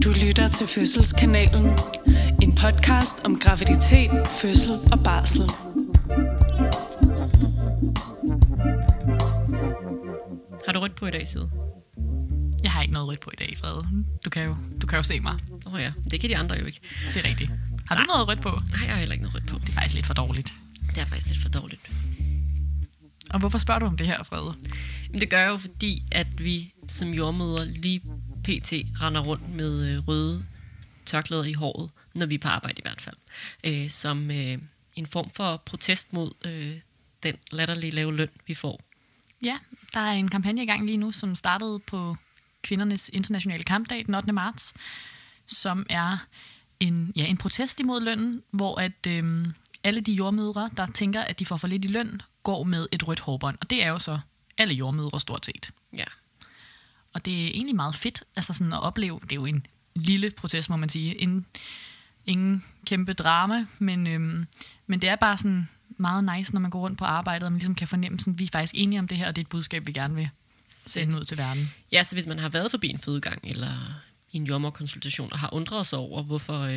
Du lytter til Fødselskanalen. En podcast om graviditet, fødsel og barsel. Har du rødt på i dag, Side? Jeg har ikke noget rødt på i dag, Frede. Du kan jo se mig. Ja, det kan de andre jo ikke. Det er rigtigt. Har du noget rødt på? Nej, jeg har heller ikke noget rødt på. Det er faktisk lidt for dårligt. Det er faktisk lidt for dårligt. Og hvorfor spørger du om det her, Frede? Men det gør jeg jo, fordi at vi som jordmødre lige pt. Render rundt med røde tørklæder i håret, når vi er på arbejde i hvert fald. Som en form for protest mod den latterlige lave løn, vi får. Ja, der er en kampagne i gang lige nu, som startede på kvindernes internationale kampdag den 8. marts, som er en protest imod lønnen, hvor at alle de jordmødre, der tænker, at de får for lidt i løn, går med et rødt hårbånd. Og det er jo så alle jordmødre stort set. Ja. Og det er egentlig meget fedt altså sådan at opleve. Det er jo en lille protest, må man sige. Ingen kæmpe drama, men det er bare sådan meget nice, når man går rundt på arbejdet, og man ligesom kan fornemme, at vi er faktisk enige om det her, og det er et budskab, vi gerne vil sende ud til verden. Ja, så hvis man har været forbi en fødegang eller en jordmorkonsultation og har undret sig over, hvorfor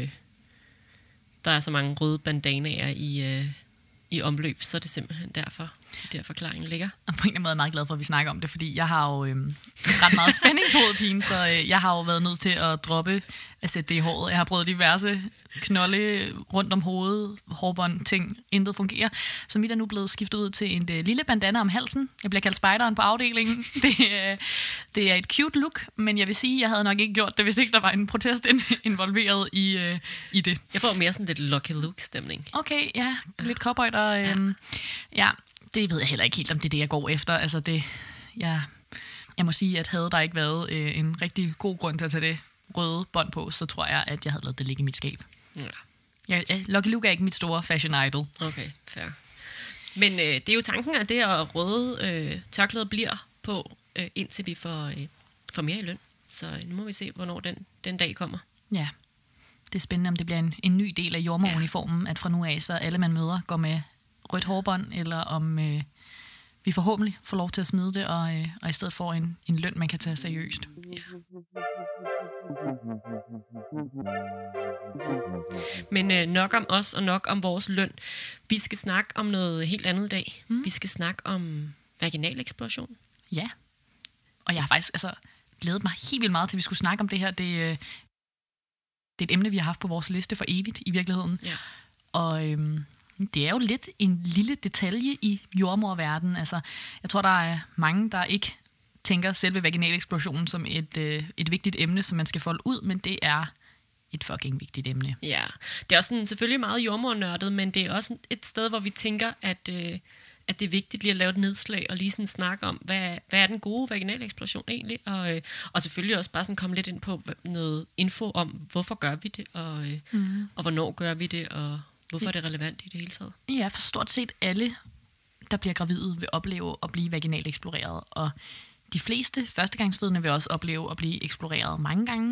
der er så mange røde bandanaer i omløb, så er det simpelthen derfor, der forklaringen ligger. Og på en eller anden måde er jeg meget glad for, at vi snakker om det, fordi jeg har jo ret meget spændingshovedpine, så jeg har jo været nødt til at droppe at sætte det i håret. Jeg har prøvet diverse knolde rundt om hovedet, hårbånd, ting, intet fungerer. Så mit er nu blevet skiftet ud til en lille bandana om halsen. Jeg bliver kaldt spejderen på afdelingen. Det er et cute look, men jeg vil sige, at jeg havde nok ikke gjort det, hvis ikke der var en protest involveret i det. Jeg får mere sådan lidt Lucky Luke-stemning. Okay, ja. Lidt cowboyter. Ja, det ved jeg heller ikke helt, om det er det, jeg går efter. Altså jeg må sige, at havde der ikke været en rigtig god grund til at tage det røde bånd på, så tror jeg, at jeg havde ladet det ligge i mit skab. Ja. Lucky Luke er ikke mit store fashion idol. Okay, fair. Men det er jo tanken, at det her røde tørklæde bliver på, indtil vi får mere i løn. Så nu må vi se, hvornår den dag kommer. Ja, det er spændende, om det bliver en ny del af jordmoruniformen, at fra nu af, så alle man møder går med rødt hårbånd, eller om vi forhåbentlig får lov til at smide det, og i stedet får en løn, man kan tage seriøst. Ja. Men nok om os, og nok om vores løn. Vi skal snakke om noget helt andet i dag. Vi skal snakke om vaginal eksploration. Ja, og jeg har faktisk glædet mig helt vildt meget til, at vi skulle snakke om det her. Det er et emne, vi har haft på vores liste for evigt i virkeligheden. Ja. Og det er jo lidt en lille detalje i jordmorverdenen. Altså, jeg tror, der er mange, der ikke tænker selve vaginal eksplosion som et vigtigt emne, som man skal folde ud, men det er et fucking vigtigt emne. Ja, det er også sådan, selvfølgelig meget jordmornørdet, men det er også et sted, hvor vi tænker, at det er vigtigt lige at lave et nedslag og lige sådan snakke om, hvad er den gode vaginal eksplosion egentlig, og selvfølgelig også bare sådan komme lidt ind på noget info om, hvorfor gør vi det, og hvornår gør vi det, og hvorfor er det relevant i det hele taget? Ja, for stort set alle, der bliver gravide, vil opleve at blive vaginalt eksploreret, og de fleste førstegangsfødende vil også opleve at blive eksploreret mange gange.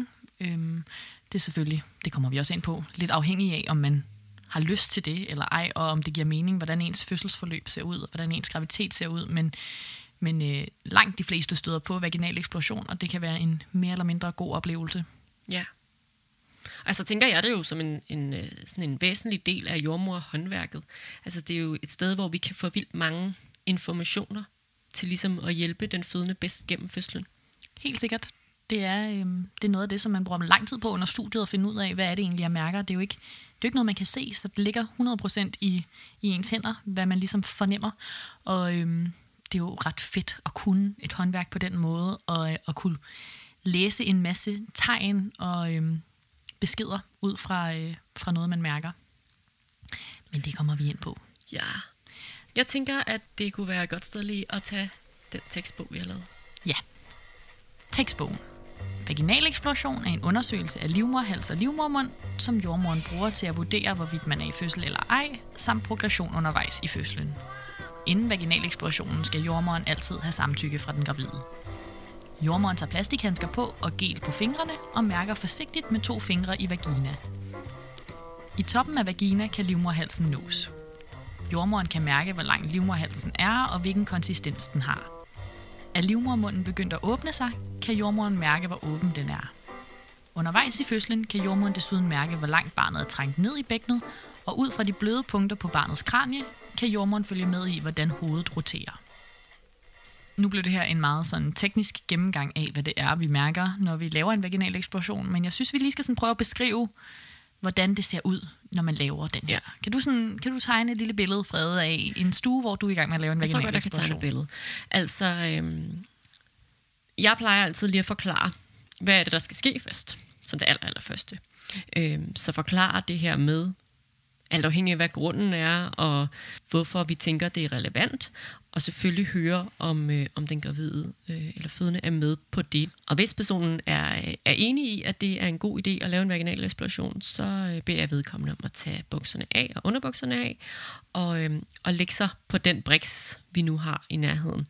Det er selvfølgelig, det kommer vi også ind på, lidt afhængig af, om man har lyst til det eller ej, og om det giver mening, hvordan ens fødselsforløb ser ud, og hvordan ens graviditet ser ud, men langt de fleste støder på vaginal eksplosion, og det kan være en mere eller mindre god oplevelse. Ja. Altså tænker jeg det jo som sådan en væsentlig del af jordmorhåndværket. Altså det er jo et sted, hvor vi kan få vildt mange informationer til ligesom at hjælpe den fødende bedst gennem fødslen. Helt sikkert. Det er noget af det, som man bruger lang tid på under studiet at finde ud af, hvad er det egentlig, jeg mærker. Det er jo ikke noget, man kan se, så det ligger 100% i ens hænder, hvad man ligesom fornemmer. Og det er jo ret fedt at kunne et håndværk på den måde, og at kunne læse en masse tegn og beskeder ud fra noget, man mærker. Men det kommer vi ind på. Ja. Jeg tænker, at det kunne være et godt sted lige at tage den tekstbog, vi har lavet. Ja. Tekstbogen. Vaginal eksploration er en undersøgelse af livmorhals og livmormund, som jordmoren bruger til at vurdere, hvorvidt man er i fødsel eller ej, samt progression undervejs i fødslen. Inden vaginal eksplorationen skal jordmoren altid have samtykke fra den gravide. Jordmoren tager plastikhandsker på og gel på fingrene og mærker forsigtigt med 2 fingre i vagina. I toppen af vagina kan livmorhalsen nås. Jordmoren kan mærke, hvor lang livmorhalsen er og hvilken konsistens den har. Er livmormunden begyndt at åbne sig, kan jordmoren mærke, hvor åben den er. Undervejs i fødslen kan jordmoderen desuden mærke, hvor langt barnet er trængt ned i bækkenet, og ud fra de bløde punkter på barnets kranie, kan jordmoderen følge med i, hvordan hovedet roterer. Nu blev det her en meget sådan teknisk gennemgang af, hvad det er, vi mærker, når vi laver en vaginal eksploration, men jeg synes, vi lige skal sådan prøve at beskrive, hvordan det ser ud, når man laver den her. Kan du tegne et lille billede, Frede, af en stue, hvor du er i gang med at lave en vaginal eksplosion? Jeg tror godt, jeg kan tegne et billede. Altså, jeg plejer altid lige at forklare, hvad er det, der skal ske først, som det allerførste. Så forklare det her med, alt afhængig af, hvad grunden er, og hvorfor vi tænker, det er relevant, og selvfølgelig høre, om den gravide eller fødende er med på det. Og hvis personen er enig i, at det er en god idé at lave en vaginal eksploration, så beder jeg vedkommende om at tage bukserne af og underbukserne af, og lægge sig på den briks, vi nu har i nærheden.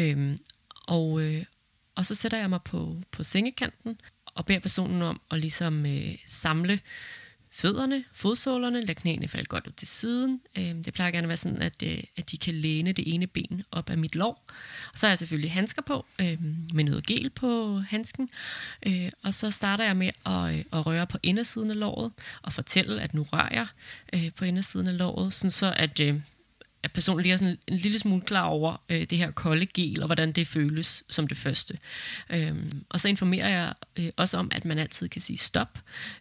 Og så sætter jeg mig på sengekanten, og beder personen om at ligesom samle fødderne, fodsålerne, lad knæene falde godt ud til siden. Det plejer gerne at være sådan, at de kan læne det ene ben op af mit lår. Og så har jeg selvfølgelig handsker på, med noget gel på handsken. Og så starter jeg med at røre på indersiden af låret, og fortælle, at nu rører jeg på indersiden af låret, sådan så at personen lige er sådan en lille smule klar over det her kolde gel, og hvordan det føles som det første. Og så informerer jeg også om, at man altid kan sige stop,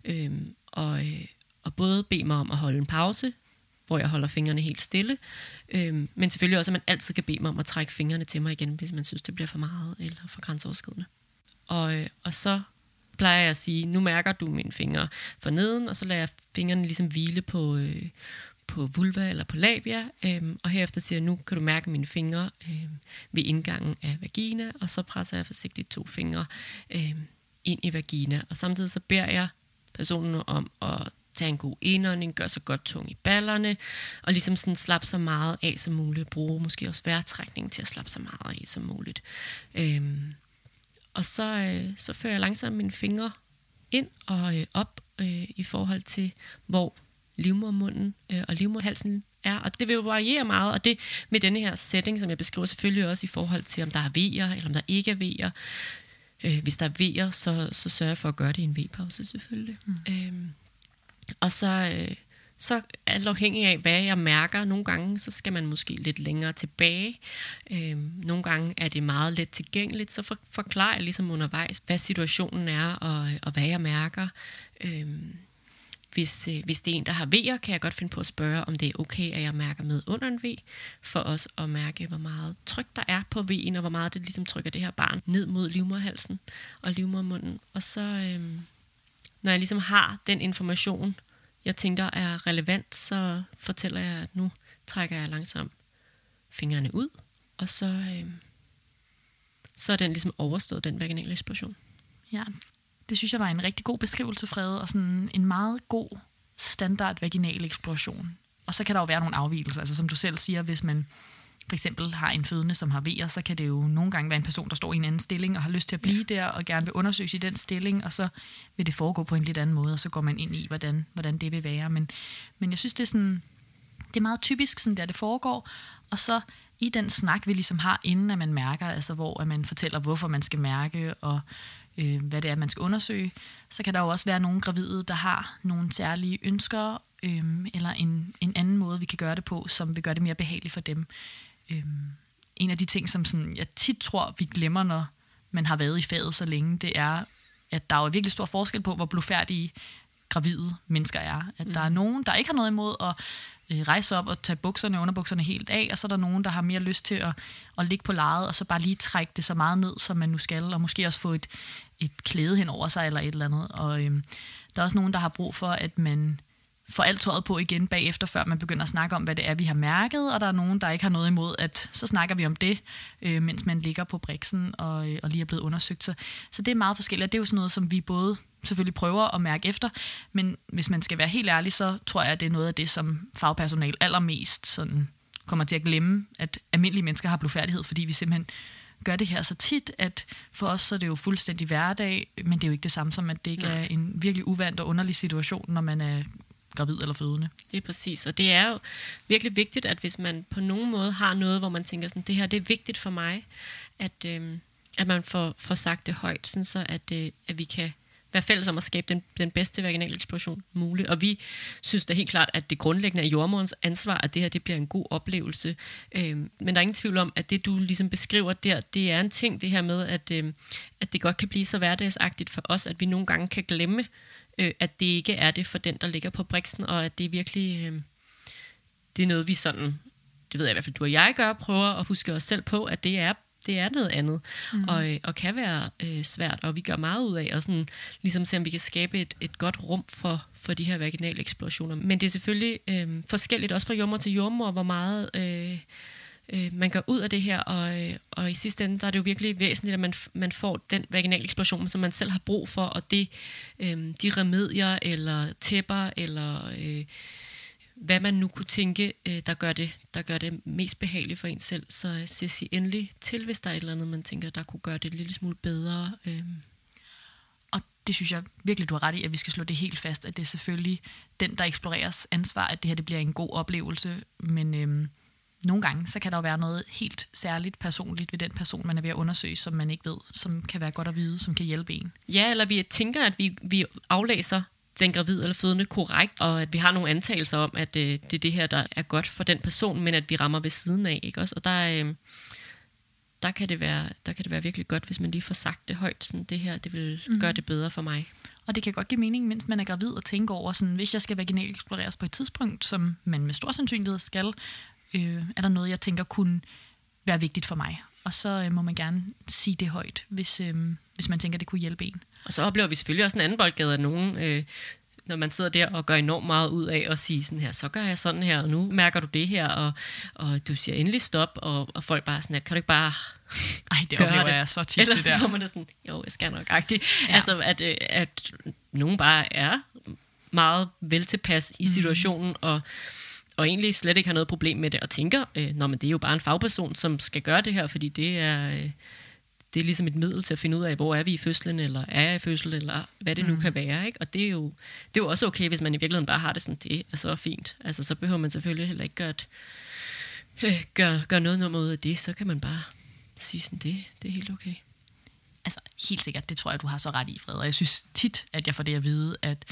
og både bede mig om at holde en pause, hvor jeg holder fingrene helt stille, men selvfølgelig også, at man altid kan bede mig om at trække fingrene til mig igen, hvis man synes, det bliver for meget eller for grænseoverskridende. Og så plejer jeg at sige, nu mærker du mine fingre forneden, og så lader jeg fingrene ligesom hvile på vulva eller på labia, og herefter siger jeg, nu kan du mærke mine fingre ved indgangen af vagina, og så presser jeg forsigtigt 2 fingre ind i vagina, og samtidig så beder jeg personen om at tage en god indånding, gøre så godt tung i ballerne, og ligesom sådan slappe så meget af som muligt, bruge måske også vejrtrækning til at slappe så meget af som muligt. Og så fører jeg langsomt mine fingre ind og op i forhold til, hvor livmodermunden og livmoderhalsen er, og det vil jo variere meget, og det med denne her setting, som jeg beskriver, selvfølgelig også i forhold til, om der er vejer, eller om der ikke er vejer. Hvis der er vejer, så sørger jeg for at gøre det i en v-pause selvfølgelig. Og så alt afhængig af, hvad jeg mærker, nogle gange, så skal man måske lidt længere tilbage. Nogle gange er det meget let tilgængeligt, så forklarer jeg ligesom undervejs, hvad situationen er, og hvad jeg mærker. Hvis det er en, der har vejer, kan jeg godt finde på at spørge, om det er okay, at jeg mærker med under en V, for også at mærke, hvor meget tryk der er på V'en, og hvor meget det ligesom trykker det her barn ned mod livmoderhalsen og livmodermunden. Og så, når jeg ligesom har den information, jeg tænker er relevant, så fortæller jeg, at nu trækker jeg langsomt fingrene ud, og så er den ligesom overstået, den vaginale eksplosion. Ja, det synes jeg var en rigtig god beskrivelse, Frede, og sådan en meget god standard vaginal eksploration. Og så kan der jo være nogle afvigelser. Altså som du selv siger, hvis man for eksempel har en fødende, som har vejer, så kan det jo nogle gange være en person, der står i en anden stilling og har lyst til at blive der og gerne vil undersøges i den stilling, og så vil det foregå på en lidt anden måde, og så går man ind i, hvordan det vil være. Men jeg synes, det er meget typisk, sådan der det foregår, og så i den snak, vi ligesom har, inden at man mærker, altså hvor at man fortæller, hvorfor man skal mærke, og hvad det er, man skal undersøge, så kan der jo også være nogle gravide, der har nogle særlige ønsker, eller en anden måde, vi kan gøre det på, som vil gøre det mere behageligt for dem. En af de ting, som sådan, jeg tit tror, vi glemmer, når man har været i faget så længe, det er, at der er jo virkelig stor forskel på, hvor blodfærdige gravide mennesker er. At der er nogen, der ikke har noget imod at rejse op og tage bukserne og underbukserne helt af, og så er der nogen, der har mere lyst til at ligge på lejet, og så bare lige trække det så meget ned, som man nu skal, og måske også få et klæde hen over sig, eller et eller andet. Og der er også nogen, der har brug for, at man får alt tøjet på igen bagefter, før man begynder at snakke om, hvad det er, vi har mærket, og der er nogen, der ikke har noget imod, at så snakker vi om det, mens man ligger på briksen og lige er blevet undersøgt. Så det er meget forskelligt. Det er jo sådan noget, som vi både selvfølgelig prøver at mærke efter, men hvis man skal være helt ærlig, så tror jeg, at det er noget af det, som fagpersonale allermest sådan kommer til at glemme, at almindelige mennesker har blodfærdighed, fordi vi simpelthen gør det her så tit, at for os så er det jo fuldstændig hverdag, men det er jo ikke det samme som, at det ikke er en virkelig uvant og underlig situation, når man er gravid eller fødende. Det er præcis, og det er jo virkelig vigtigt, at hvis man på nogen måde har noget, hvor man tænker sådan, det her, det er vigtigt for mig, at man får sagt det højt, sådan så at vi kan være fælles om at skabe den bedste vaginale eksploration mulig. Og vi synes da helt klart, at det grundlæggende er jordmorens ansvar, at det her det bliver en god oplevelse. Men der er ingen tvivl om, at det du ligesom beskriver der, det er en ting, det her med, at det godt kan blive så hverdagsagtigt for os, at vi nogle gange kan glemme, at det ikke er det for den, der ligger på briksen, og at det virkelig, det er noget, vi sådan, det ved jeg i hvert fald, du og jeg gør, prøver at huske os selv på, at det er noget andet, og kan være svært, og vi gør meget ud af, og sådan, ligesom se, om vi kan skabe et godt rum for de her vaginale eksplosioner. Men det er selvfølgelig forskelligt, også fra jordmor til jordmor, hvor meget man går ud af det her, og i sidste ende, der er det jo virkelig væsentligt, at man får den vaginale eksplosion, som man selv har brug for, og det, de remedier, eller tæpper, eller hvad man nu kunne tænke, der gør det mest behageligt for en selv. Så sig endelig til, hvis der er et eller andet, man tænker, der kunne gøre det en lille smule bedre. Og det synes jeg virkelig, du har ret i, at vi skal slå det helt fast, at det er selvfølgelig den, der eksploreres ansvar, at det her det bliver en god oplevelse, men nogle gange, så kan der jo være noget helt særligt personligt ved den person, man er ved at undersøge, som man ikke ved, som kan være godt at vide, som kan hjælpe en. Ja, eller vi tænker, at vi aflæser den gravide eller fødende korrekt, og at vi har nogle antagelser om, at det er det her, der er godt for den person, men at vi rammer ved siden af, ikke også? Og der kan det være virkelig godt, hvis man lige får sagt det højt, sådan det her, det vil gøre det bedre for mig. Og det kan godt give mening, mens man er gravid, og tænke over, sådan, hvis jeg skal vaginalt eksploreres på et tidspunkt, som man med stor sandsynlighed skal, er der noget, jeg tænker kunne være vigtigt for mig. Og så må man gerne sige det højt, hvis man tænker, det kunne hjælpe en. Og så oplever vi selvfølgelig også en anden boldgade af nogen, når man sidder der og gør enormt meget ud af at sige sådan her, så gør jeg sådan her, og nu mærker du det her, og du siger endelig stop, og folk bare sådan her, kan du ikke bare det oplever jeg så tit. Ellers det der. Ellers man det sådan, jo, jeg skal nok-agtigt. Ja. Altså, at nogen bare er meget vel tilpas i situationen, og egentlig slet ikke har noget problem med det, og tænker, men det er jo bare en fagperson, som skal gøre det her, fordi det er ligesom et middel til at finde ud af, hvor er vi i fødslen, eller er jeg i fødsel, eller hvad det nu kan være, ikke? Og det er jo også okay, hvis man i virkeligheden bare har det sådan, det er så fint. Altså, så behøver man selvfølgelig heller ikke gøre noget nummer ud af det, så kan man bare sige sådan, det er helt okay. Altså, helt sikkert, det tror jeg, du har så ret i, Fred, og jeg synes tit, at jeg får det at vide, at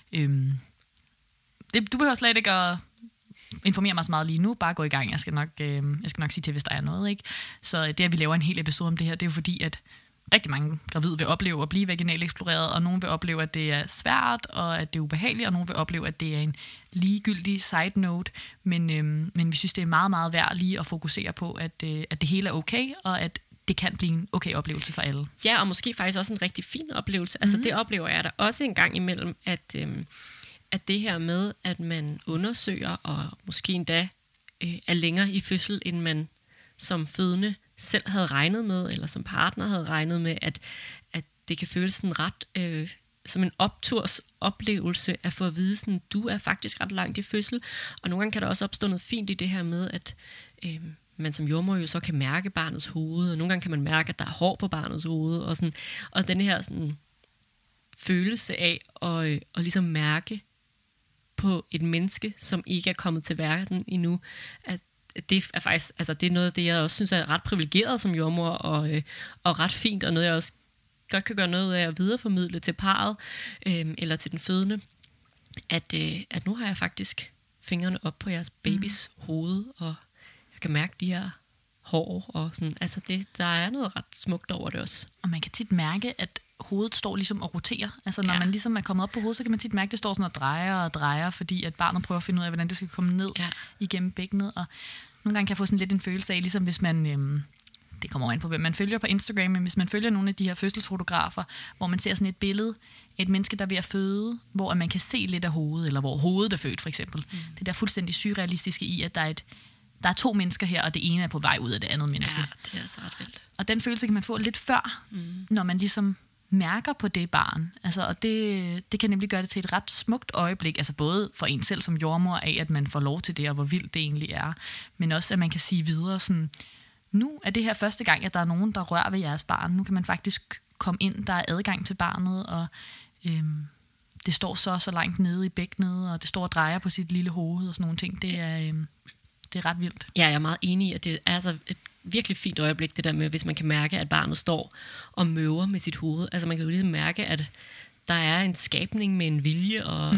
du behøver slet ikke at informere mig så meget lige nu, bare gå i gang. Jeg skal nok sige til, hvis der er noget, ikke? Så det, at vi laver en hel episode om det her, det er jo fordi, at rigtig mange gravide vil opleve at blive vaginalt eksploreret, og nogen vil opleve, at det er svært, og at det er ubehageligt, og nogen vil opleve, at det er en ligegyldig side note, men vi synes, det er meget, meget værd lige at fokusere på, at det hele er okay, og at det kan blive en okay oplevelse for alle. Ja, og måske faktisk også en rigtig fin oplevelse. Altså det oplever jeg da også en gang imellem, at det her med, at man undersøger, og måske endda er længere i fødsel, end man som fødende selv havde regnet med, eller som partner havde regnet med, at det kan føles sådan ret som en optursoplevelse at få at vide, sådan, du er faktisk ret langt i fødsel. Og nogle gange kan der også opstå noget fint i det her med, at man som jordmor jo så kan mærke barnets hoved, og nogle gange kan man mærke, at der er hår på barnets hoved, og den her sådan, følelse af at ligesom mærke på et menneske, som ikke er kommet til verden endnu, at det er faktisk, altså det er noget af det, jeg også synes er ret privilegeret som jordmor, og ret fint, og noget jeg også godt kan gøre noget af at videreformidle til parret, eller til den fødende, at nu har jeg faktisk fingrene op på jeres babys hoved, og jeg kan mærke de her hår, og sådan, altså der er noget ret smukt over det også. Og man kan tit mærke, at hovedet står ligesom og roterer. Altså når man ligesom er kommet op på hovedet, så kan man tit mærke, at det står sådan og drejer, fordi at barnet prøver at finde ud af, hvordan det skal komme ned igennem bækkenet. Og nogle gange kan jeg få sådan lidt en følelse af, ligesom hvis man, det kommer an på, hvem man følger på Instagram, men hvis man følger nogle af de her fødselsfotografer, hvor man ser sådan et billede af et menneske, der er ved at føde, hvor man kan se lidt af hovedet, eller hvor hovedet er født for eksempel. Det der fuldstændig surrealistiske i, at der er to mennesker her, og det ene er på vej ud af det andet menneske. Ja, det er altså ret vildt. Og den følelse kan man få lidt før, når man ligesom mærker på det barn. Altså, og det kan nemlig gøre det til et ret smukt øjeblik, altså både for en selv som jordmor af, at man får lov til det, og hvor vildt det egentlig er, men også, at man kan sige videre sådan, nu er det her første gang, at der er nogen, der rører ved jeres barn. Nu kan man faktisk komme ind, der er adgang til barnet, og det står så langt nede i bækkenet, og det står og drejer på sit lille hoved, og sådan nogle ting. Det er ret vildt. Ja, jeg er meget enig i, at det er altså et virkelig fint øjeblik, det der med, hvis man kan mærke, at barnet står og møver med sit hoved. Altså man kan jo ligesom mærke, at der er en skabning med en vilje og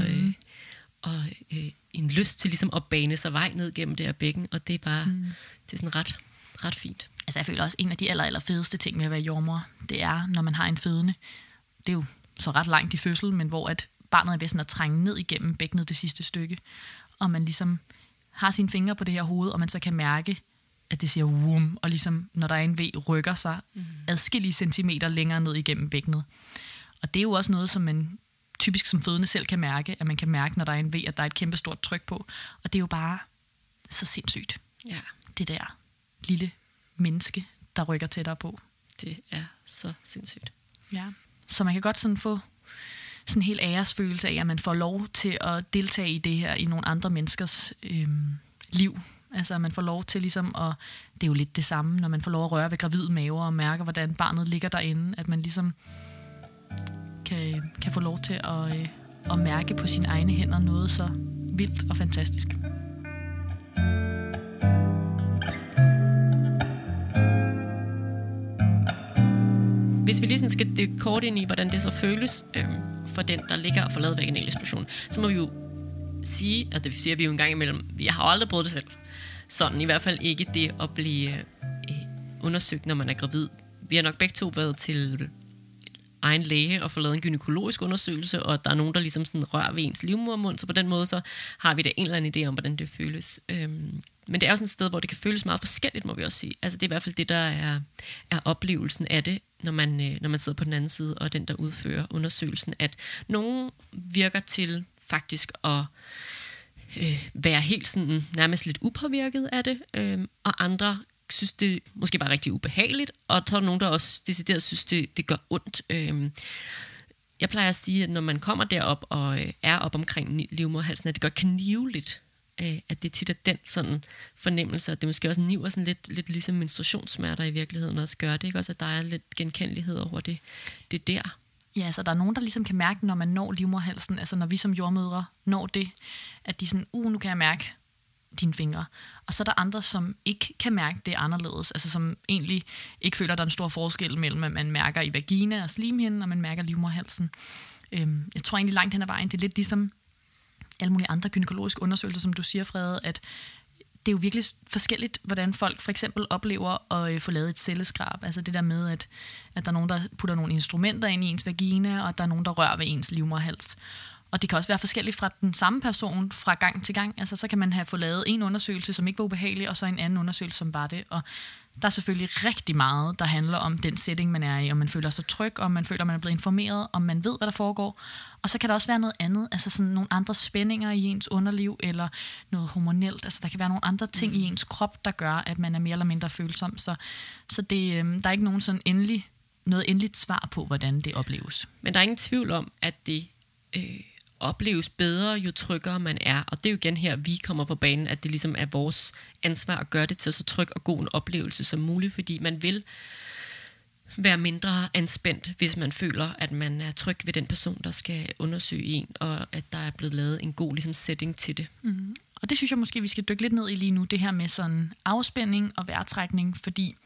en lyst til ligesom at bane sig vej ned gennem det her bækken, og det er bare det er sådan ret fint. Altså jeg føler også, en af de aller fedeste ting ved at være jordemoder, det er, når man har en fødende. Det er jo så ret langt i fødsel, men hvor at barnet er ved sådan at trænge ned igennem bækkenet det sidste stykke, og man ligesom har sine fingre på det her hoved, og man så kan mærke, at det siger wum, og ligesom når der er en V, rykker sig adskillige centimeter længere ned igennem bækkenet. Og det er jo også noget, som man typisk som fødende selv kan mærke, at man kan mærke, når der er en V, at der er et kæmpe stort tryk på. Og det er jo bare så sindssygt. Ja. Det der lille menneske, der rykker tættere på. Det er så sindssygt. Ja. Så man kan godt sådan få sådan en helt æresfølelse af, at man får lov til at deltage i det her i nogle andre menneskers liv. Altså man får lov til ligesom at, det er jo lidt det samme, når man får lov at røre ved gravide maver og mærker, hvordan barnet ligger derinde, at man ligesom kan få lov til at mærke på sine egne hænder noget så vildt og fantastisk. Hvis vi lige sådan skal dykke kort ind i, hvordan det så føles for den, der ligger og får lavet vaginal eksplosion, så må vi jo sige, og det siger vi jo en gang imellem, vi har aldrig prøvet det selv. Sådan i hvert fald ikke det at blive undersøgt, når man er gravid. Vi har nok begge to været til egen læge og få lavet en gynækologisk undersøgelse, og der er nogen, der ligesom sådan rører ved ens livmodermund, så på den måde så har vi da en eller anden idé om, hvordan det føles. Men det er jo sådan et sted, hvor det kan føles meget forskelligt, må vi også sige. Altså det er i hvert fald det, der er oplevelsen af det, når man sidder på den anden side, og den, der udfører undersøgelsen, at nogen virker til faktisk at være helt sådan nærmest lidt upåvirket af det, og andre synes det måske bare rigtig ubehageligt, og så er der nogen, der også decideret synes det gør ondt. Jeg plejer at sige, at når man kommer derop og er op omkring livmoderhalsen, at det godt kan nive lidt, at det tit er den sådan fornemmelse, at det måske også niver sådan lidt ligesom menstruationssmerter i virkeligheden også gør det, ikke? Også at der er lidt genkendelighed over det der. Ja, så der er nogen, der ligesom kan mærke, når man når livmoderhalsen, altså når vi som jordmødre når det, at de sådan, nu kan jeg mærke dine fingre. Og så er der andre, som ikke kan mærke det anderledes, altså som egentlig ikke føler, at der er en stor forskel mellem, at man mærker i vagina og slimhinden, og man mærker livmoderhalsen. Jeg tror egentlig langt hen ad vejen, det er lidt ligesom alle mulige andre gynækologiske undersøgelser, som du siger, Frede, at det er jo virkelig forskelligt, hvordan folk for eksempel oplever at få lavet et celleskrab. Altså det der med, at der er nogen, der putter nogle instrumenter ind i ens vagina, og der er nogen, der rører ved ens livmoderhals. Og det kan også være forskelligt fra den samme person fra gang til gang. Altså så kan man have fået lavet en undersøgelse, som ikke var ubehagelig, og så en anden undersøgelse, som var det. Og der er selvfølgelig rigtig meget, der handler om den setting, man er i, om man føler sig tryg, om man føler, man er blevet informeret, om man ved, hvad der foregår. Og så kan der også være noget andet, altså sådan nogle andre spændinger i ens underliv, eller noget hormonelt. Altså der kan være nogle andre ting i ens krop, der gør, at man er mere eller mindre følsom. Så det, der er ikke nogen sådan noget endeligt svar på, hvordan det opleves. Men der er ingen tvivl om, at det opleves bedre, jo tryggere man er. Og det er jo igen her, vi kommer på banen, at det ligesom er vores ansvar at gøre det til så tryg og god en oplevelse som muligt, fordi man vil være mindre anspændt, hvis man føler, at man er tryg ved den person, der skal undersøge en, og at der er blevet lavet en god ligesom, setting til det. Mm. Og det synes jeg måske, vi skal dykke lidt ned i lige nu, det her med sådan afspænding og vejrtrækning, fordi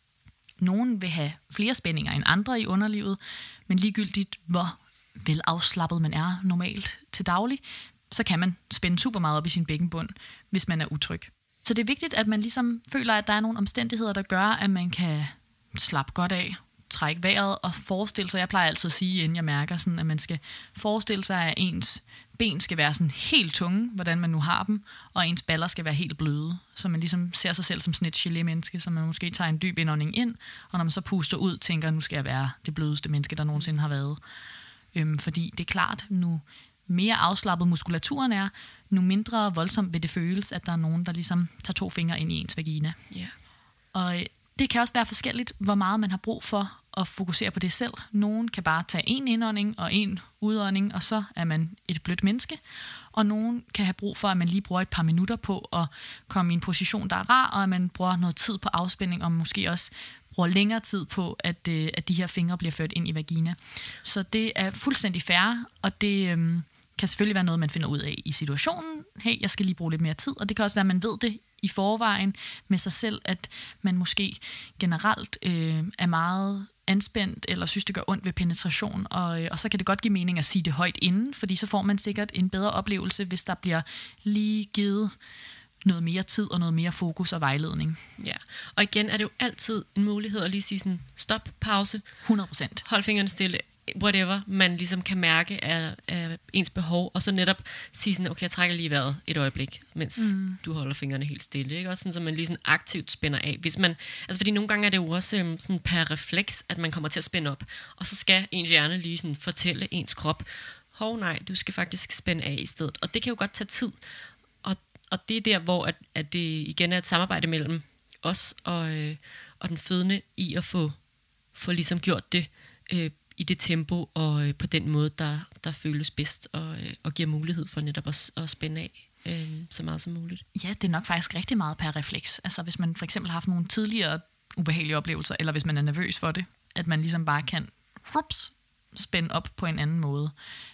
nogen vil have flere spændinger end andre i underlivet, men ligegyldigt hvor vel afslappet man er normalt til daglig, så kan man spænde super meget op i sin bækkenbund, hvis man er utryg. Så det er vigtigt, at man ligesom føler, at der er nogle omstændigheder, der gør, at man kan slappe godt af, trække vejret og forestille sig, jeg plejer altid at sige, inden jeg mærker, sådan, at man skal forestille sig, at ens ben skal være sådan helt tunge, hvordan man nu har dem, og ens baller skal være helt bløde, så man ligesom ser sig selv som sådan et gelé-menneske, så man måske tager en dyb indånding ind, og når man så puster ud, tænker, nu skal jeg være det blødeste menneske, der nogensinde har været. Fordi det er klart, nu mere afslappet muskulaturen er, nu mindre voldsomt vil det føles, at der er nogen, der ligesom tager 2 fingre ind i ens vagina. Yeah. Og det kan også være forskelligt, hvor meget man har brug for at fokusere på det selv. Nogen kan bare tage en indånding og en udånding, og så er man et blødt menneske. Og nogen kan have brug for, at man lige bruger et par minutter på at komme i en position, der er rar, og at man bruger noget tid på afspænding, og måske også bruger længere tid på, at de her fingre bliver ført ind i vagina. Så det er fuldstændig fair, og det kan selvfølgelig være noget, man finder ud af i situationen. Hey, jeg skal lige bruge lidt mere tid, og det kan også være, at man ved det i forvejen med sig selv, at man måske generelt er meget anspændt, eller synes, det gør ondt ved penetration, og så kan det godt give mening at sige det højt inden, fordi så får man sikkert en bedre oplevelse, hvis der bliver lige givet noget mere tid og noget mere fokus og vejledning. Ja, og igen er det jo altid en mulighed at lige sige sådan, stop, pause. 100%. Hold fingrene stille, whatever man ligesom kan mærke af ens behov, og så netop sige sådan, okay, jeg trækker lige vejret et øjeblik, mens du holder fingrene helt stille, ikke? Også sådan, så man lige sådan aktivt spænder af. Hvis man, altså fordi nogle gange er det jo også sådan per refleks, at man kommer til at spænde op, og så skal ens hjerne lige sådan fortælle ens krop, nej, du skal faktisk spænde af i stedet. Og det kan jo godt tage tid, og det er der, hvor at det igen er et samarbejde mellem os og den fødende i at få ligesom gjort det i det tempo og på den måde, der føles bedst og giver mulighed for netop at spænde af så meget som muligt. Ja, det er nok faktisk rigtig meget per refleks. Altså hvis man for eksempel har haft nogle tidligere ubehagelige oplevelser, eller hvis man er nervøs for det, at man ligesom bare kan spænde op på en anden måde.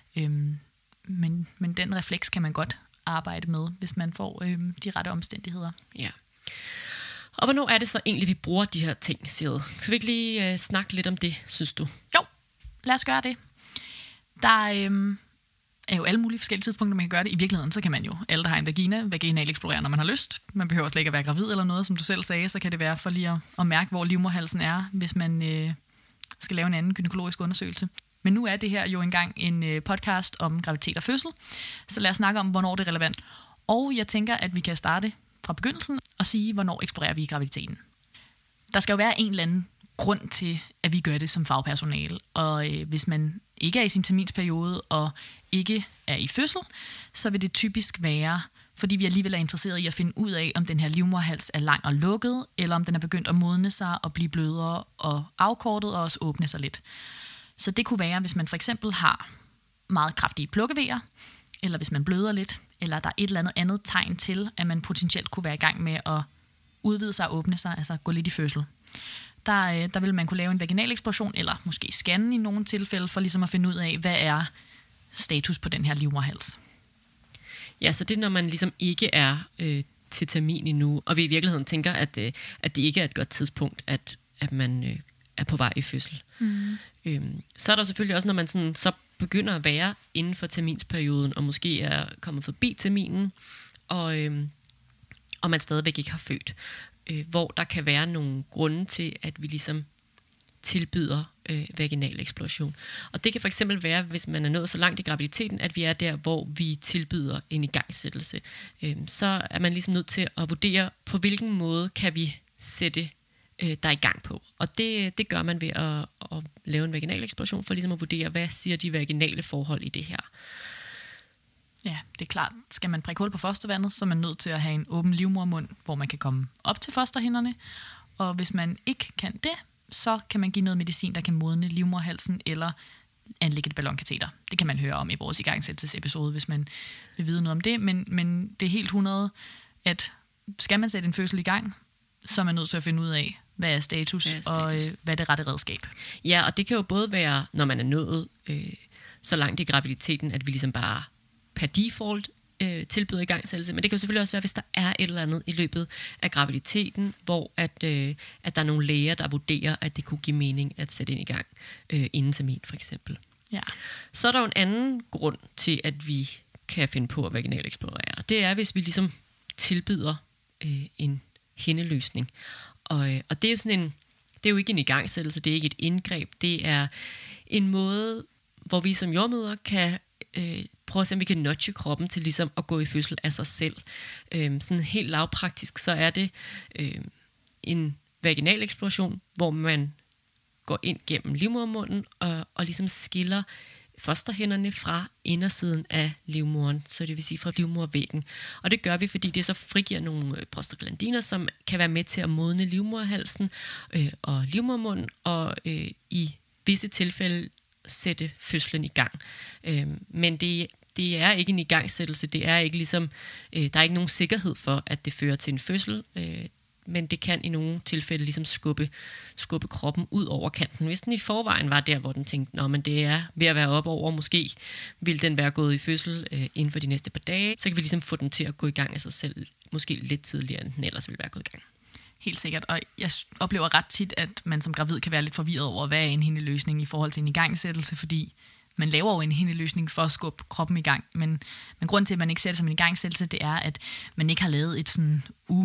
Men den refleks kan man godt arbejde med, hvis man får de rette omstændigheder. Ja. Og hvornår er det så egentlig, vi bruger de her ting, Sigrid? Kan vi ikke lige snakke lidt om det, synes du? Jo, lad os gøre det. Der er jo alle mulige forskellige tidspunkter, man kan gøre det. I virkeligheden, så kan man jo, alle der har en vagina, vaginal eksplorere, når man har lyst. Man behøver slet ikke at være gravid eller noget, som du selv sagde, så kan det være for lige at mærke, hvor livmoderhalsen er, hvis man skal lave en anden gynækologisk undersøgelse. Men nu er det her jo engang en podcast om graviditet og fødsel, så lad os snakke om, hvornår det er relevant. Og jeg tænker, at vi kan starte fra begyndelsen og sige, hvornår eksplorerer vi i graviditeten. Der skal jo være en eller anden grund til, at vi gør det som fagpersonale. Og hvis man ikke er i sin terminsperiode og ikke er i fødsel, så vil det typisk være, fordi vi alligevel er interesseret i at finde ud af, om den her livmoderhals er lang og lukket, eller om den er begyndt at modne sig og blive blødere og afkortet og også åbne sig lidt. Så det kunne være, hvis man for eksempel har meget kraftige plukkevejer, eller hvis man bløder lidt, eller der er et eller andet tegn til, at man potentielt kunne være i gang med at udvide sig og åbne sig, altså gå lidt i fødsel. Der vil man kunne lave en vaginal eksploration, eller måske scanne i nogle tilfælde, for ligesom at finde ud af, hvad er status på den her livmoderhals. Ja, så det er, når man ligesom ikke er til termin endnu, og vi i virkeligheden tænker, at det ikke er et godt tidspunkt, at man er på vej i fødsel. Så er der selvfølgelig også, når man sådan, så begynder at være inden for terminsperioden, og måske er kommet forbi terminen, og man stadigvæk ikke har født. Hvor der kan være nogle grunde til, at vi ligesom tilbyder vaginal eksploration. Og det kan for eksempel være, hvis man er nået så langt i graviditeten, at vi er der, hvor vi tilbyder en igangsættelse. Så er man ligesom nødt til at vurdere, på hvilken måde kan vi sætte der er i gang på. Og det gør man ved at lave en vaginal eksploration, for ligesom at vurdere, hvad siger de vaginale forhold i det her. Ja, det er klart. Skal man prikke hul på fostervandet, så er man nødt til at have en åben livmodermund, hvor man kan komme op til fosterhinderne. Og hvis man ikke kan det, så kan man give noget medicin, der kan modne livmoderhalsen, eller anlægge et ballonkateter. Det kan man høre om i vores igangsættelsesepisode, hvis man vil vide noget om det. Men det er helt 100, at skal man sætte en fødsel i gang, så er man nødt til at finde ud af, hvad er status, og hvad er det rette redskab. Ja, og det kan jo både være, når man er nået så langt i graviditeten, at vi ligesom bare per default tilbyder igangsættelse, men det kan jo selvfølgelig også være, hvis der er et eller andet i løbet af graviditeten, hvor at der er nogle læger, der vurderer, at det kunne give mening at sætte ind i gang inden termin, for eksempel. Ja. Så er der jo en anden grund til, at vi kan finde på at vaginal eksplorere. Det er, hvis vi ligesom tilbyder en hindeløsning. Og det er jo sådan det er jo ikke en igangsættelse, det er ikke et indgreb, det er en måde, hvor vi som jordmødre kan prøve at se, om vi kan nudge kroppen til ligesom at gå i fødsel af sig selv. Sådan helt lavpraktisk, så er det en vaginal eksploration, hvor man går ind gennem livmodermunden og ligesom skiller fosterhænderne fra indersiden af livmoderen, så det vil sige fra livmodervæggen. Og det gør vi, fordi det så frigiver nogle prostaglandiner, som kan være med til at modne livmoderhalsen og livmodermunden, og i visse tilfælde sætte fødslen i gang. Men det er ikke en igangsættelse, det er ikke ligesom, der er ikke nogen sikkerhed for, at det fører til en fødsel, men det kan i nogle tilfælde ligesom skubbe kroppen ud over kanten. Hvis den i forvejen var der, hvor den tænkte, men det er ved at være op over, måske vil den være gået i fødsel inden for de næste par dage, så kan vi ligesom få den til at gå i gang af sig selv, måske lidt tidligere, end den ellers ville være gået i gang. Helt sikkert, og jeg oplever ret tit, at man som gravid kan være lidt forvirret over, hvad er en hindeløsning i forhold til en igangsættelse, fordi man laver jo en hindeløsning for at skubbe kroppen i gang, men grunden til, at man ikke ser det som en igangsættelse, det er, at man ikke har lavet et sådan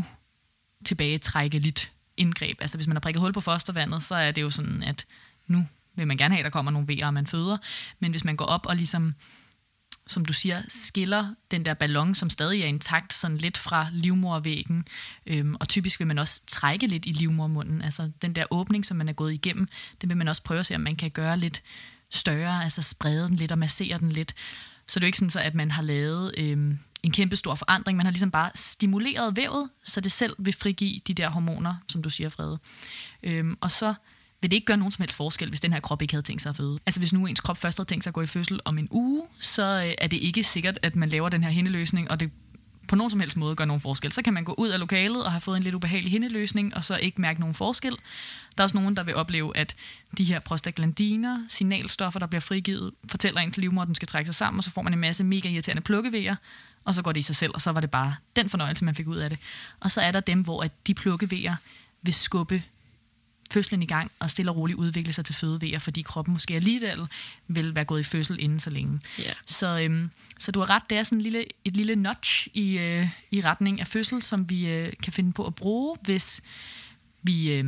tilbagetrækkeligt indgreb. Altså hvis man har prikket hul på fostervandet, så er det jo sådan, at nu vil man gerne have, at der kommer nogle vejer, og man føder, men hvis man går op og ligesom, som du siger, skiller den der ballon, som stadig er intakt, sådan lidt fra livmorvæggen, og typisk vil man også trække lidt i livmormunden, altså den der åbning, som man er gået igennem, den vil man også prøve at se, om man kan gøre lidt større, altså sprede den lidt og massere den lidt. Så det er jo ikke sådan, så, at man har lavet en kæmpe stor forandring, man har ligesom bare stimuleret vævet, så det selv vil frigive de der hormoner, som du siger, Frede. Og så vil det ikke gøre nogen som helst forskel, hvis den her krop ikke havde tænkt sig at føde. Altså hvis nu ens krop først havde tænkt sig at gå i fødsel om en uge, så er det ikke sikkert, at man laver den her hindeløsning, og det på nogen som helst måde gør nogen forskel. Så kan man gå ud af lokalet og have fået en lidt ubehagelig hindeløsning, og så ikke mærke nogen forskel. Der er også nogen, der vil opleve, at de her prostaglandiner, signalstoffer, der bliver frigivet, fortæller en til livmoderen, at den skal trække sig sammen, og så får man en masse mega irriterende plukkevejer, og så går det i sig selv, og så var det bare den fornøjelse, man fik ud af det. Og så er der dem, hvor at de plukkevejer vil skubbe fødslen i gang og stille og roligt udvikle sig til fødevejer, fordi kroppen måske alligevel vil være gået i fødsel inden så længe. Yeah. Så du har ret, det er sådan et lille notch i retning af fødsel, som vi kan finde på at bruge, hvis vi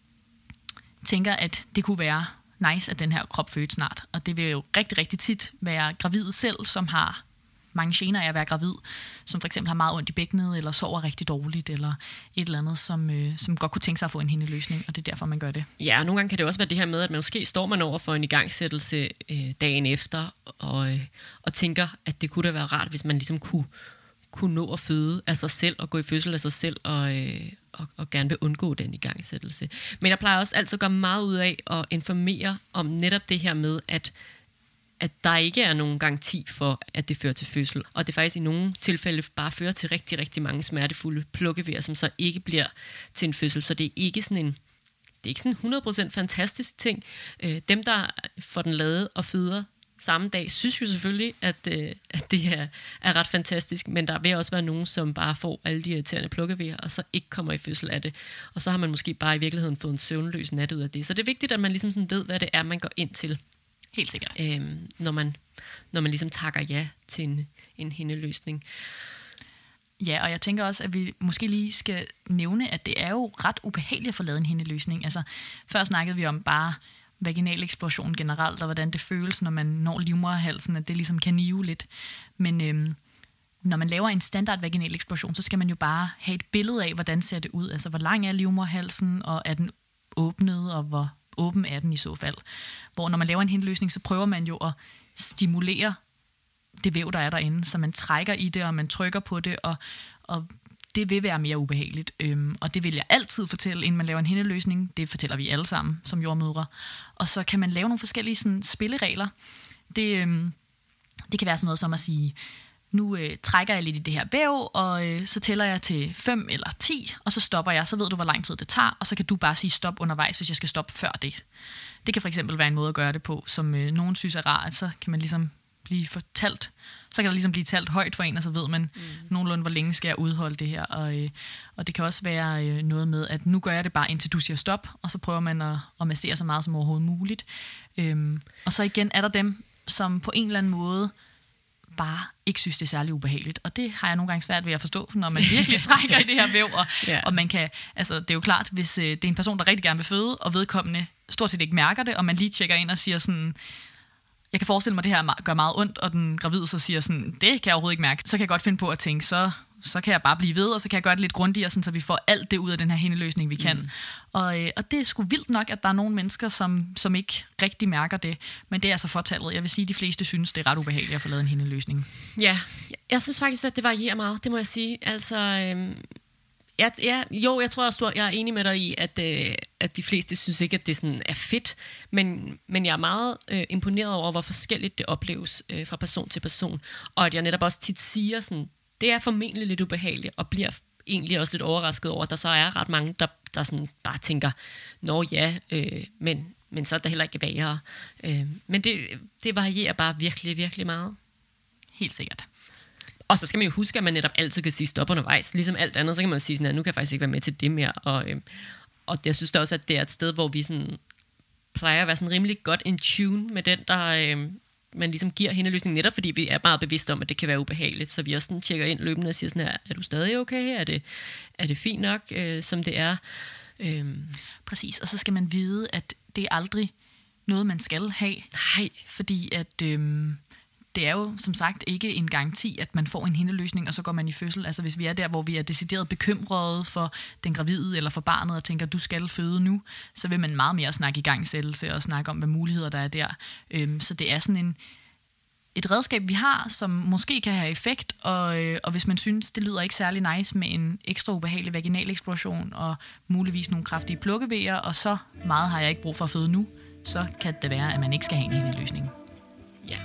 tænker, at det kunne være nice, at den her krop fødte snart. Og det vil jo rigtig, rigtig tit være gravide selv, som har mange gener af at være gravid, som for eksempel har meget ondt i bækkenet, eller sover rigtig dårligt, eller et eller andet, som godt kunne tænke sig at få en hindeløsning, og det er derfor, man gør det. Ja, og nogle gange kan det også være det her med, at man måske står man over for en igangsættelse dagen efter, og tænker, at det kunne da være rart, hvis man ligesom kunne nå at føde af sig selv, og gå i fødsel af sig selv, og gerne vil undgå den igangsættelse. Men jeg plejer også altid at gøre meget ud af at informere om netop det her med, at der ikke er nogen garanti for, at det fører til fødsel. Og det faktisk i nogle tilfælde bare fører til rigtig, rigtig mange smertefulde plukkevejer, som så ikke bliver til en fødsel. Så det er ikke sådan en 100% fantastisk ting. Dem, der får den lavet og føder samme dag, synes jo selvfølgelig, at det er ret fantastisk, men der vil også være nogen, som bare får alle de irriterende plukkevejer, og så ikke kommer i fødsel af det. Og så har man måske bare i virkeligheden fået en søvnløs nat ud af det. Så det er vigtigt, at man ligesom sådan ved, hvad det er, man går ind til. Helt sikkert. Når man ligesom takker ja til en hindeløsning. Ja, og jeg tænker også, at vi måske lige skal nævne, at det er jo ret ubehageligt at få lavet en hindeløsning. Altså, før snakkede vi om bare vaginal eksplosion generelt, og hvordan det føles, når man når livmoderhalsen, at det ligesom kan nive lidt. Men når man laver en standard vaginal eksplosion, så skal man jo bare have et billede af, hvordan ser det ud. Altså, hvor lang er livmoderhalsen, og er den åbnet, og hvor åben er den i så fald. Hvor når man laver en hindeløsning, så prøver man jo at stimulere det væv, der er derinde, så man trækker i det, og man trykker på det, og det vil være mere ubehageligt. Og det vil jeg altid fortælle, inden man laver en hindeløsning. Det fortæller vi alle sammen som jordmødre. Og så kan man lave nogle forskellige sådan, spilleregler. Det kan være sådan noget som at sige, nu trækker jeg lidt i det her væv, og så tæller jeg til 5 eller 10, og så stopper jeg, så ved du, hvor lang tid det tager, og så kan du bare sige stop undervejs, hvis jeg skal stoppe før det. Det kan for eksempel være en måde at gøre det på, som nogen synes er rart, så kan man ligesom blive fortalt, så kan der ligesom blive talt højt for en, og så ved man nogenlunde, hvor længe skal jeg udholde det her, og det kan også være noget med, at nu gør jeg det bare, indtil du siger stop, og så prøver man at massere så meget som overhovedet muligt. Og så igen er der dem, som på en eller anden måde bare ikke synes, det er særlig ubehageligt. Og det har jeg nogle gange svært ved at forstå, når man virkelig trækker i det her væv. Og man kan, altså det er jo klart, hvis det er en person, der rigtig gerne vil føde, og vedkommende stort set ikke mærker det, og man lige tjekker ind og siger sådan, jeg kan forestille mig, at det her gør meget ondt, og den gravide så siger sådan, det kan jeg overhovedet ikke mærke. Så kan jeg godt finde på at tænke, så kan jeg bare blive ved, og så kan jeg gøre det lidt grundigere, sådan, så vi får alt det ud af den her hindeløsning, vi kan. Og det er sgu vildt nok, at der er nogle mennesker, som ikke rigtig mærker det, men det er altså fortallet. Jeg vil sige, at de fleste synes, det er ret ubehageligt at få lavet en hindeløsning. Ja, jeg synes faktisk, at det varierer meget, det må jeg sige. Altså, jeg tror også, jeg er enig med dig i, at de fleste synes ikke, at det sådan er fedt, men jeg er meget imponeret over, hvor forskelligt det opleves fra person til person, og at jeg netop også tit siger sådan, det er formentlig lidt ubehageligt, og bliver egentlig også lidt overrasket over, at der så er ret mange, der sådan bare tænker, nå ja, men så er der heller ikke værre. Men det varierer bare virkelig, virkelig meget. Helt sikkert. Og så skal man jo huske, at man netop altid kan sige stop undervejs. Ligesom alt andet, så kan man jo sige sådan, at nu kan jeg faktisk ikke være med til det mere. Og jeg synes da også, at det er et sted, hvor vi sådan plejer at være sådan rimelig godt in tune med den, der man ligesom giver hindeløsning, netop fordi vi er meget bevidste om, at det kan være ubehageligt. Så vi også sådan tjekker ind løbende og siger sådan her, er du stadig okay? Er det fint nok, som det er? Præcis, og så skal man vide, at det er aldrig noget, man skal have. Nej. Fordi at det er jo som sagt ikke en garanti, at man får en hindeløsning, og så går man i fødsel. Altså hvis vi er der, hvor vi er decideret bekymrede for den gravide eller for barnet, og tænker, du skal føde nu, så vil man meget mere snakke igangsættelse og snakke om, hvad muligheder der er der. Så det er sådan et redskab, vi har, som måske kan have effekt, og hvis man synes, det lyder ikke særlig nice med en ekstra ubehagelig vaginal eksploration, og muligvis nogle kraftige plukkevejer, og så meget har jeg ikke brug for at føde nu, så kan det være, at man ikke skal have en hindeløsning. Ja.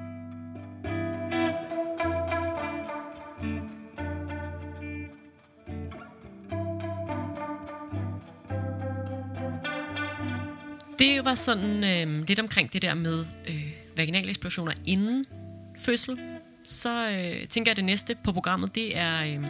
Det var sådan lidt omkring det der med vaginale eksplosioner inden fødsel. Så tænker jeg, at det næste på programmet, det er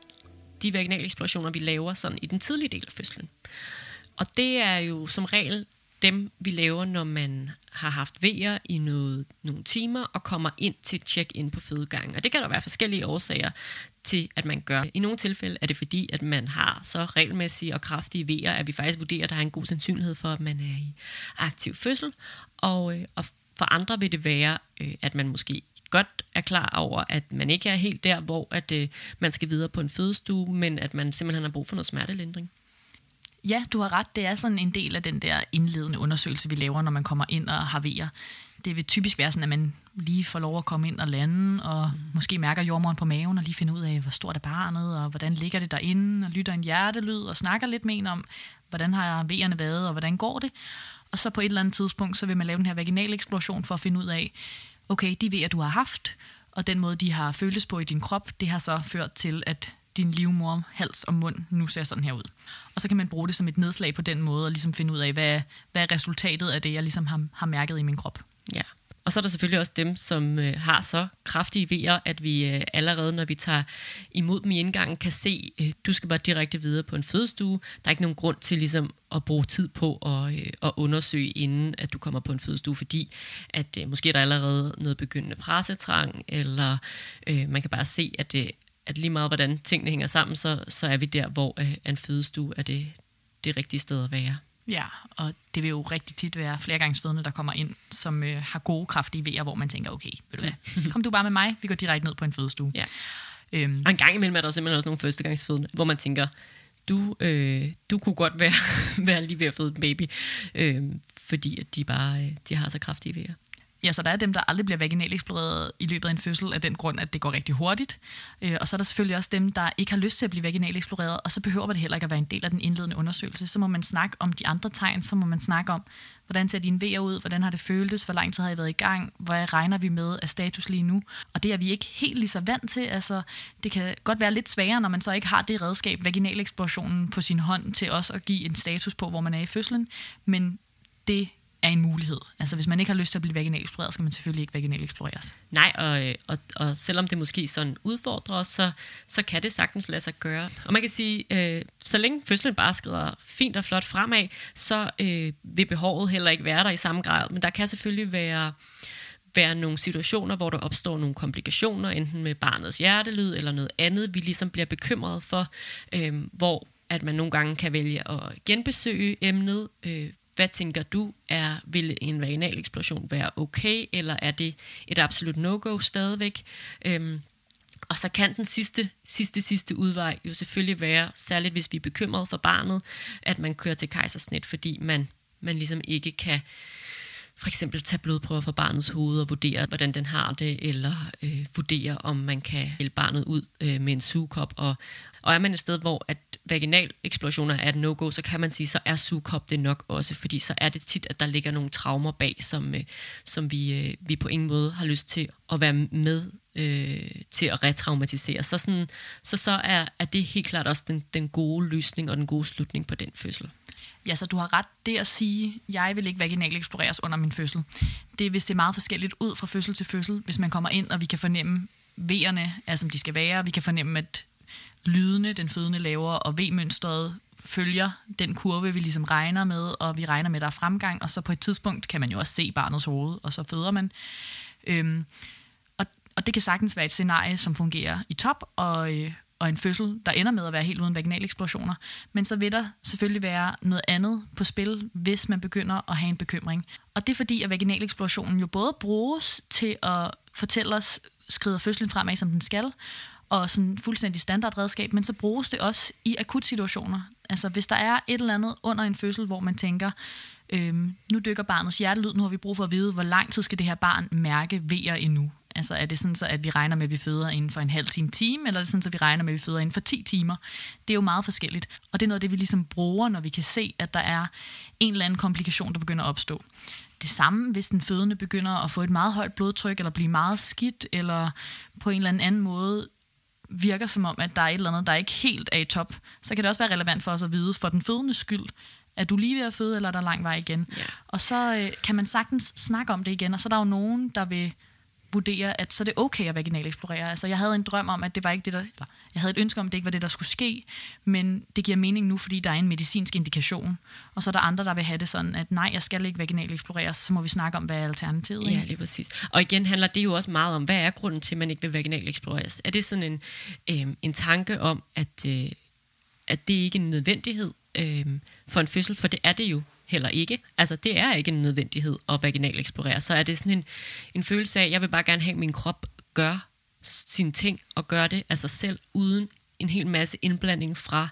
de vaginale eksplosioner, vi laver sådan i den tidlige del af fødslen. Og det er jo som regel dem, vi laver, når man har haft vejer i nogle timer og kommer ind til et check-in på fødegangen. Og det kan der være forskellige årsager til, at man gør. I nogle tilfælde er det fordi, at man har så regelmæssige og kraftige vejer, at vi faktisk vurderer, at der er en god sandsynlighed for, at man er i aktiv fødsel. Og for andre vil det være, at man måske godt er klar over, at man ikke er helt der, hvor at man skal videre på en fødestue, men at man simpelthen har brug for noget smertelindring. Ja, du har ret. Det er sådan en del af den der indledende undersøgelse, vi laver, når man kommer ind og har vejer. Det vil typisk være sådan, at man lige får lov at komme ind og lande, og måske mærker jordemoderen på maven, og lige finder ud af, hvor stort er barnet, og hvordan ligger det derinde, og lytter en hjertelyd, og snakker lidt med en om, hvordan har vejerne været, og hvordan går det. Og så på et eller andet tidspunkt, så vil man lave den her vaginale eksploration for at finde ud af, okay, de vejer, du har haft, og den måde, de har føltes på i din krop, det har så ført til, at din livmor, hals og mund nu ser sådan her ud. Og så kan man bruge det som et nedslag på den måde, og ligesom finde ud af, hvad er resultatet af det, jeg ligesom har mærket i min krop. Ja, og så er der selvfølgelig også dem, som har så kraftige vejer, at vi allerede, når vi tager imod dem i indgangen, kan se, du skal bare direkte videre på en fødestue. Der er ikke nogen grund til ligesom at bruge tid på at undersøge, inden at du kommer på en fødestue, fordi at måske er der allerede noget begyndende pressetrang, eller man kan bare se, at lige meget hvordan tingene hænger sammen, så er vi der, hvor en fødestue er det rigtige sted at være. Ja, og det vil jo rigtig tit være flergangsfødende, der kommer ind, som har gode, kraftige vejer, hvor man tænker, okay, ved du hvad, kom du bare med mig, vi går direkte ned på en fødestue. Ja. Og en gang imellem er der simpelthen også nogle førstegangsfødende, hvor man tænker, du kunne godt være lige ved at føde en baby, fordi at de har så kraftige vejer. Ja, så der er dem, der aldrig bliver vaginalt eksploreret i løbet af en fødsel, af den grund, at det går rigtig hurtigt. Og så er der selvfølgelig også dem, der ikke har lyst til at blive vaginalt eksploreret, og så behøver det heller ikke at være en del af den indledende undersøgelse. Så må man snakke om de andre tegn, så må man snakke om, hvordan ser dine vejer ud, hvordan har det føltes, hvor lang tid har I været i gang, hvad regner vi med af status lige nu. Og det er vi ikke helt lige så vant til. Altså, det kan godt være lidt sværere, når man så ikke har det redskab, vaginal eksplorationen på sin hånd, til også at give en status på, hvor man er i fødslen. Men det er en mulighed. Altså hvis man ikke har lyst til at blive vaginalt eksploreret, skal man selvfølgelig ikke vaginalt eksploreres. Nej, og selvom det måske sådan udfordrer os, så kan det sagtens lade sig gøre. Og man kan sige, så længe fødslen bare skrider fint og flot fremad, så vil behovet heller ikke være der i samme grad. Men der kan selvfølgelig være nogle situationer, hvor der opstår nogle komplikationer, enten med barnets hjertelyd eller noget andet, vi ligesom bliver bekymret for, hvor at man nogle gange kan vælge at genbesøge emnet. Hvad tænker du, vil en vaginal eksplosion være okay, eller er det et absolut no-go stadigvæk? Og så kan den sidste udvej jo selvfølgelig være, særligt hvis vi er bekymret for barnet, at man kører til kejsersnit, fordi man ligesom ikke kan for eksempel tage blodprøver fra barnets hoved og vurdere, hvordan den har det, eller vurdere, om man kan hælde barnet ud med en sugekop. Og er man et sted, hvor at vaginal eksplosioner er et no-go, så kan man sige, så er sugekop det nok også, fordi så er det tit, at der ligger nogle traumer bag, som vi på ingen måde har lyst til at være med til at retraumatisere. Så er det helt klart også den gode løsning og den gode slutning på den fødsel. Ja, så du har ret. Det at sige, jeg vil ikke vaginalt eksploreres under min fødsel. Det vil se meget forskelligt ud fra fødsel til fødsel, hvis man kommer ind, og vi kan fornemme, V'erne er, som de skal være. Vi kan fornemme, at lydene, den fødende laver, og V-mønstret følger den kurve, vi ligesom regner med, og vi regner med, der er fremgang, og så på et tidspunkt kan man jo også se barnets hoved, og så føder man. Og det kan sagtens være et scenarie, som fungerer i top, og en fødsel, der ender med at være helt uden vaginaleksplorationer. Men så vil der selvfølgelig være noget andet på spil, hvis man begynder at have en bekymring. Og det er fordi, at vaginaleksplorationen jo både bruges til at fortælle os, skrider fødslen fremad, som den skal, og sådan fuldstændig standardredskab, men så bruges det også i akutsituationer. Altså hvis der er et eller andet under en fødsel, hvor man tænker, nu dykker barnets hjertelyd, nu har vi brug for at vide, hvor lang tid skal det her barn mærke vejer endnu. Altså er det sådan, så, at vi regner med, at vi føder inden for en halv time, eller er det sådan, så vi regner med, at vi føder inden for 10 timer? Det er jo meget forskelligt. Og det er noget af det, vi ligesom bruger, når vi kan se, at der er en eller anden komplikation, der begynder at opstå. Det samme, hvis den fødende begynder at få et meget højt blodtryk, eller blive meget skidt, eller på en eller anden måde virker som om, at der er et eller andet, der ikke helt er i top, så kan det også være relevant for os at vide, for den fødendes skyld, er du lige ved at føde, eller er der lang vej igen? Ja. Og så kan man sagtens snakke om det igen, og så er der jo nogen, der vil vurdere, at så er det okay at vaginaleksplorere. Altså jeg havde en drøm om, at det var ikke det, eller jeg havde et ønske om, at det ikke var det, der skulle ske, men det giver mening nu, fordi der er en medicinsk indikation. Og så er der andre, der vil have det sådan, at nej, jeg skal ikke vaginaleksploreres, så må vi snakke om, hvad er alternativet. Ja, lige præcis. Og igen handler det jo også meget om, hvad er grunden til, at man ikke vil vaginaleksploreres? Er det sådan en tanke om, at det ikke er en nødvendighed for en fødsel? For det er det jo heller ikke. Altså, det er ikke en nødvendighed at vaginaleksplorere. Så er det sådan en følelse af, at jeg vil bare gerne have, at min krop gør sine ting, og gør det af sig selv, uden en hel masse indblanding fra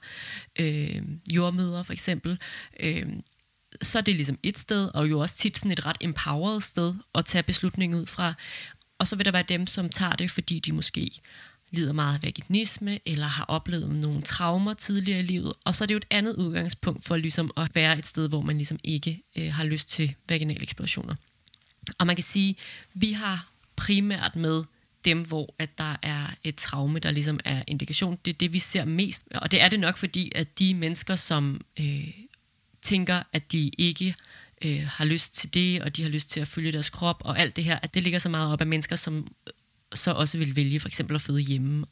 jordmødre, for eksempel. Så er det ligesom et sted, og jo også tit sådan et ret empowered sted at tage beslutningen ud fra. Og så vil der være dem, som tager det, fordi de måske lider meget af vaginisme, eller har oplevet nogle traumer tidligere i livet. Og så er det jo et andet udgangspunkt for ligesom at være et sted, hvor man ligesom ikke har lyst til vaginaleksplorationer. Og man kan sige, vi har primært med dem, hvor at der er et traume, der ligesom er indikation. Det er det, vi ser mest. Og det er det nok, fordi at de mennesker, som tænker, at de ikke har lyst til det, og de har lyst til at følge deres krop, og alt det her, at det ligger så meget op af mennesker, som så også vil vælge for eksempel at føde hjemme,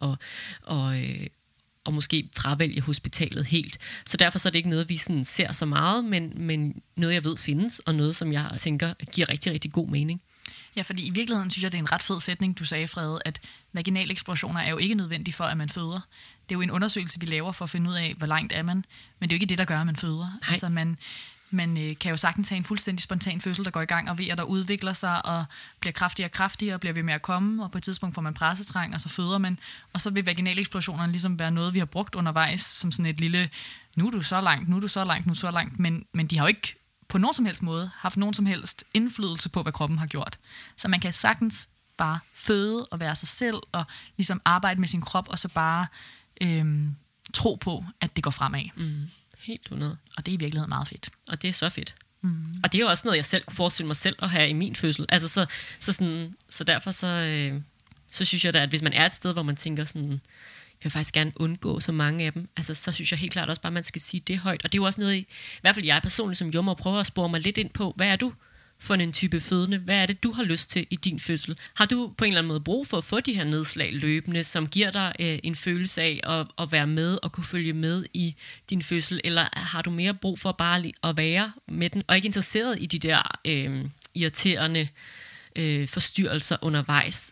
og måske fravælge hospitalet helt. Så derfor så er det ikke noget, vi sådan ser så meget, men noget, jeg ved findes, og noget, som jeg tænker giver rigtig, rigtig god mening. Ja, fordi i virkeligheden synes jeg, det er en ret fed sætning, du sagde, Frede, at vaginaleksplorationer er jo ikke nødvendige for, at man føder. Det er jo en undersøgelse, vi laver for at finde ud af, hvor langt er man, men det er jo ikke det, der gør, at man føder. Nej. Altså man kan jo sagtens have en fuldstændig spontan fødsel, der går i gang, og vejer, der udvikler sig og bliver kraftigere og kraftigere, og bliver ved med at komme, og på et tidspunkt får man pressetrang, og så føder man. Og så vil vaginaleksplorationerne ligesom være noget, vi har brugt undervejs, som sådan et lille, nu er du så langt, nu er du så langt, nu er du så langt, men de har jo ikke på nogen som helst måde haft nogen som helst indflydelse på, hvad kroppen har gjort. Så man kan sagtens bare føde og være sig selv, og ligesom arbejde med sin krop, og så bare tro på, at det går fremad. Mm. Helt 100. Og det er i virkeligheden meget fedt. Og det er så fedt. Mm. Og det er jo også noget, jeg selv kunne forestille mig selv at have i min fødsel. Altså så derfor så synes jeg da, at hvis man er et sted, hvor man tænker sådan, jeg vil faktisk gerne undgå så mange af dem, altså så synes jeg helt klart også bare, at man skal sige det højt. Og det er jo også noget, i hvert fald jeg personligt som jordemoder prøver at spore mig lidt ind på, hvad er du for en type fødende? Hvad er det, du har lyst til i din fødsel? Har du på en eller anden måde brug for at få de her nedslag løbende, som giver dig en følelse af at være med og kunne følge med i din fødsel? Eller har du mere brug for bare at være med den, og ikke interesseret i de der irriterende forstyrrelser undervejs?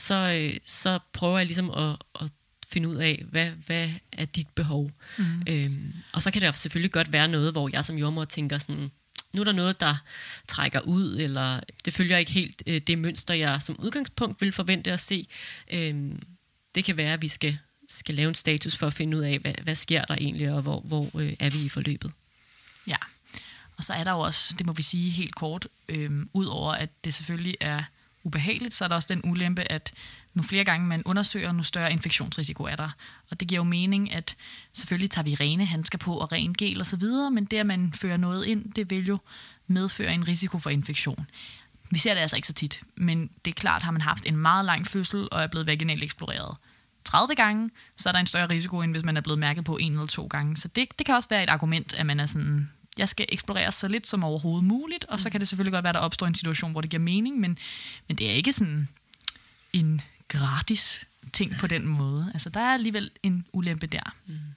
Så prøver jeg ligesom at finde ud af, hvad er dit behov? Mm. Og så kan det selvfølgelig godt være noget, hvor jeg som jordemoder tænker sådan, nu er der noget, der trækker ud, eller det følger ikke helt det mønster, jeg som udgangspunkt vil forvente at se. Det kan være, at vi skal lave en status for at finde ud af, hvad sker der egentlig, og hvor er vi i forløbet. Ja, og så er der jo også, det må vi sige helt kort, udover at det selvfølgelig er ubehageligt, så er der også den ulempe, at nu flere gange man undersøger, nu større infektionsrisiko er der. Og det giver jo mening, at selvfølgelig tager vi rene handsker på og ren gel og så videre, men det, at man fører noget ind, det vil jo medføre en risiko for infektion. Vi ser det altså ikke så tit, men det er klart, har man haft en meget lang fødsel og er blevet vaginalt eksploreret 30 gange, så er der en større risiko, end hvis man er blevet mærket på 1 eller 2 gange. Så det kan også være et argument, at man er sådan, jeg skal eksplorere så lidt som overhovedet muligt, og så kan det selvfølgelig godt være, at der opstår en situation, hvor det giver mening, men det er ikke sådan en gratis ting på den måde. Altså, der er alligevel en ulempe der.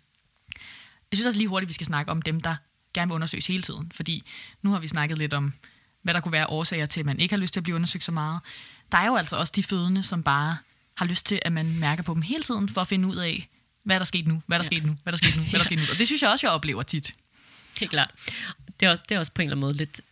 Jeg synes også lige hurtigt, vi skal snakke om dem, der gerne vil undersøges hele tiden. Fordi nu har vi snakket lidt om, hvad der kunne være årsager til, at man ikke har lyst til at blive undersøgt så meget. Der er jo altså også de fødende, som bare har lyst til, at man mærker på dem hele tiden, for at finde ud af, hvad er der sket nu, hvad er der sket nu, hvad er der sket nu, hvad er der sket nu. Og det synes jeg også, jeg oplever tit. Helt klart. Det er også på en eller anden måde lidt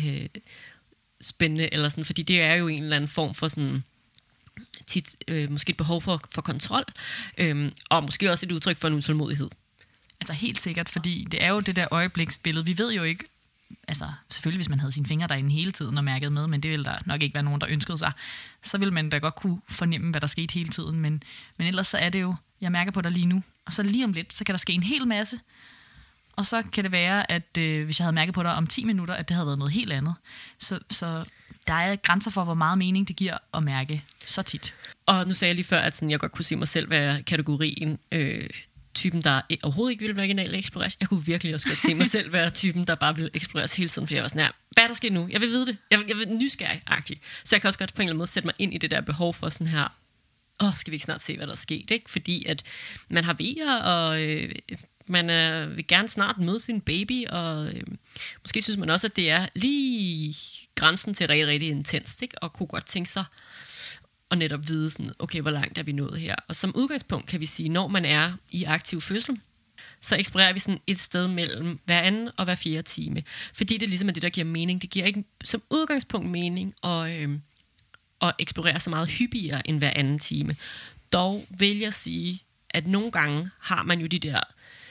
spændende, eller sådan, fordi det er jo en eller anden form for sådan tit måske et behov for kontrol, og måske også et udtryk for en utålmodighed. Altså helt sikkert, fordi det er jo det der øjebliksbillede. Vi ved jo ikke, altså selvfølgelig hvis man havde sine fingre derinde hele tiden og mærket med, men det ville der nok ikke være nogen, der ønskede sig, så ville man da godt kunne fornemme, hvad der skete hele tiden. Men ellers så er det jo, jeg mærker på dig lige nu, og så lige om lidt, så kan der ske en hel masse. Og så kan det være, at hvis jeg havde mærket på dig om 10 minutter, at det havde været noget helt andet. Så der er grænser for, hvor meget mening det giver at mærke så tit. Og nu sagde jeg lige før, at sådan, jeg godt kunne se mig selv være kategorien typen, der overhovedet ikke ville vaginal eksploreres. Jeg kunne virkelig også godt se mig selv være typen, der bare ville eksploreres hele tiden, fordi jeg var sådan her, hvad er der sket nu? Jeg vil vide det. Jeg vil nysgerrig-agtig. Så jeg kan også godt på en eller anden måde sætte mig ind i det der behov for sådan her, skal vi ikke snart se, hvad der er sket, ikke? Fordi at man har vejer, og man vil gerne snart møde sin baby, og måske synes man også, at det er lige grænsen til rigtig, rigtig intenst, ikke? Og kunne godt tænke sig og netop vide sådan, okay, hvor langt er vi nået her? Og som udgangspunkt kan vi sige, når man er i aktiv fødsel, så eksplorerer vi sådan et sted mellem hver anden og hver 4. time. Fordi det ligesom er det, der giver mening. Det giver ikke som udgangspunkt mening at eksplorere så meget hyppigere end hver anden time. Dog vil jeg sige, at nogle gange har man jo de der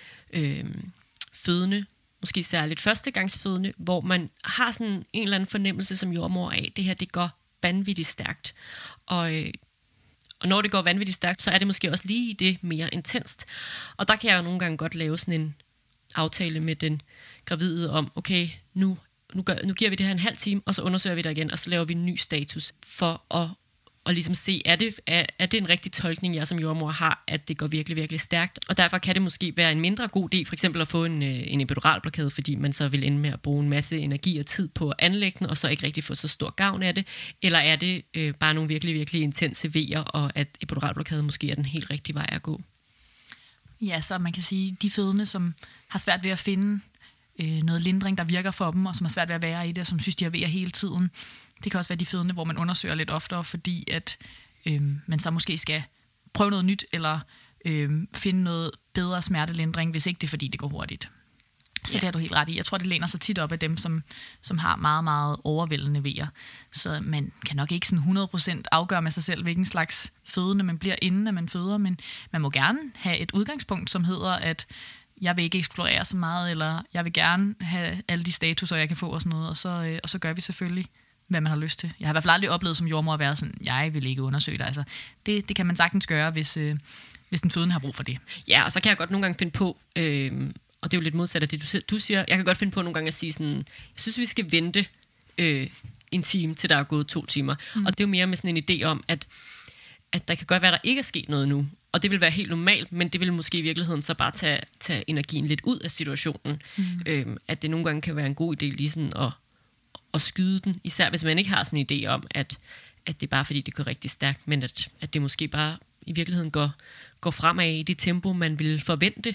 fødende, måske særligt førstegangsfødende, hvor man har sådan en eller anden fornemmelse som jordmor af, det her, det går vanvittigt stærkt. Og når det går vanvittigt stærkt, så er det måske også lige det mere intenst. Og der kan jeg jo nogle gange godt lave sådan en aftale med den gravide om, okay, nu giver vi det her en halv time, og så undersøger vi det igen, og så laver vi en ny status for at ligesom se, er det en rigtig tolkning, jeg som jordmor har, at det går virkelig, virkelig stærkt. Og derfor kan det måske være en mindre god idé, for eksempel at få en epiduralblokade, fordi man så vil ende med at bruge en masse energi og tid på at anlægge den, og så ikke rigtig få så stor gavn af det. Eller er det bare nogle virkelig, virkelig intense vejer, og at epiduralblokade måske er den helt rigtige vej at gå? Ja, så man kan sige, de fødende, som har svært ved at finde noget lindring, der virker for dem, og som har svært ved at være i det, og som synes, de har vejer hele tiden. Det kan også være de fødende, hvor man undersøger lidt oftere, fordi at man så måske skal prøve noget nyt, eller finde noget bedre smertelindring, hvis ikke det er, fordi det går hurtigt. Så det har du helt ret i. Jeg tror, det læner sig tit op af dem, som har meget, meget overvældende vejer. Så man kan nok ikke sådan 100% afgøre med sig selv, hvilken slags fødende man bliver, inden at man føder, men man må gerne have et udgangspunkt, som hedder, at jeg vil ikke eksplorere så meget, eller jeg vil gerne have alle de statuser, jeg kan få og sådan noget, og så gør vi selvfølgelig, hvad man har lyst til. Jeg har i hvert fald aldrig oplevet som jordmor at være sådan, jeg vil ikke undersøge dig. Altså, det kan man sagtens gøre, hvis den fødende har brug for det. Ja, og så kan jeg godt nogle gange finde på, og det er jo lidt modsat af det, du siger, jeg kan godt finde på nogle gange at sige sådan, jeg synes, vi skal vente en time, til der er gået 2 timer. Og det er jo mere med sådan en idé om, at der kan godt være, der ikke er sket noget nu, og det vil være helt normalt, men det vil måske i virkeligheden så bare tage energien lidt ud af situationen. At det nogle gange kan være en god idé lige sådan at skyde den, især hvis man ikke har sådan en idé om, at det er bare fordi, det går rigtig stærkt, men at det måske bare i virkeligheden går fremad i det tempo, man vil forvente.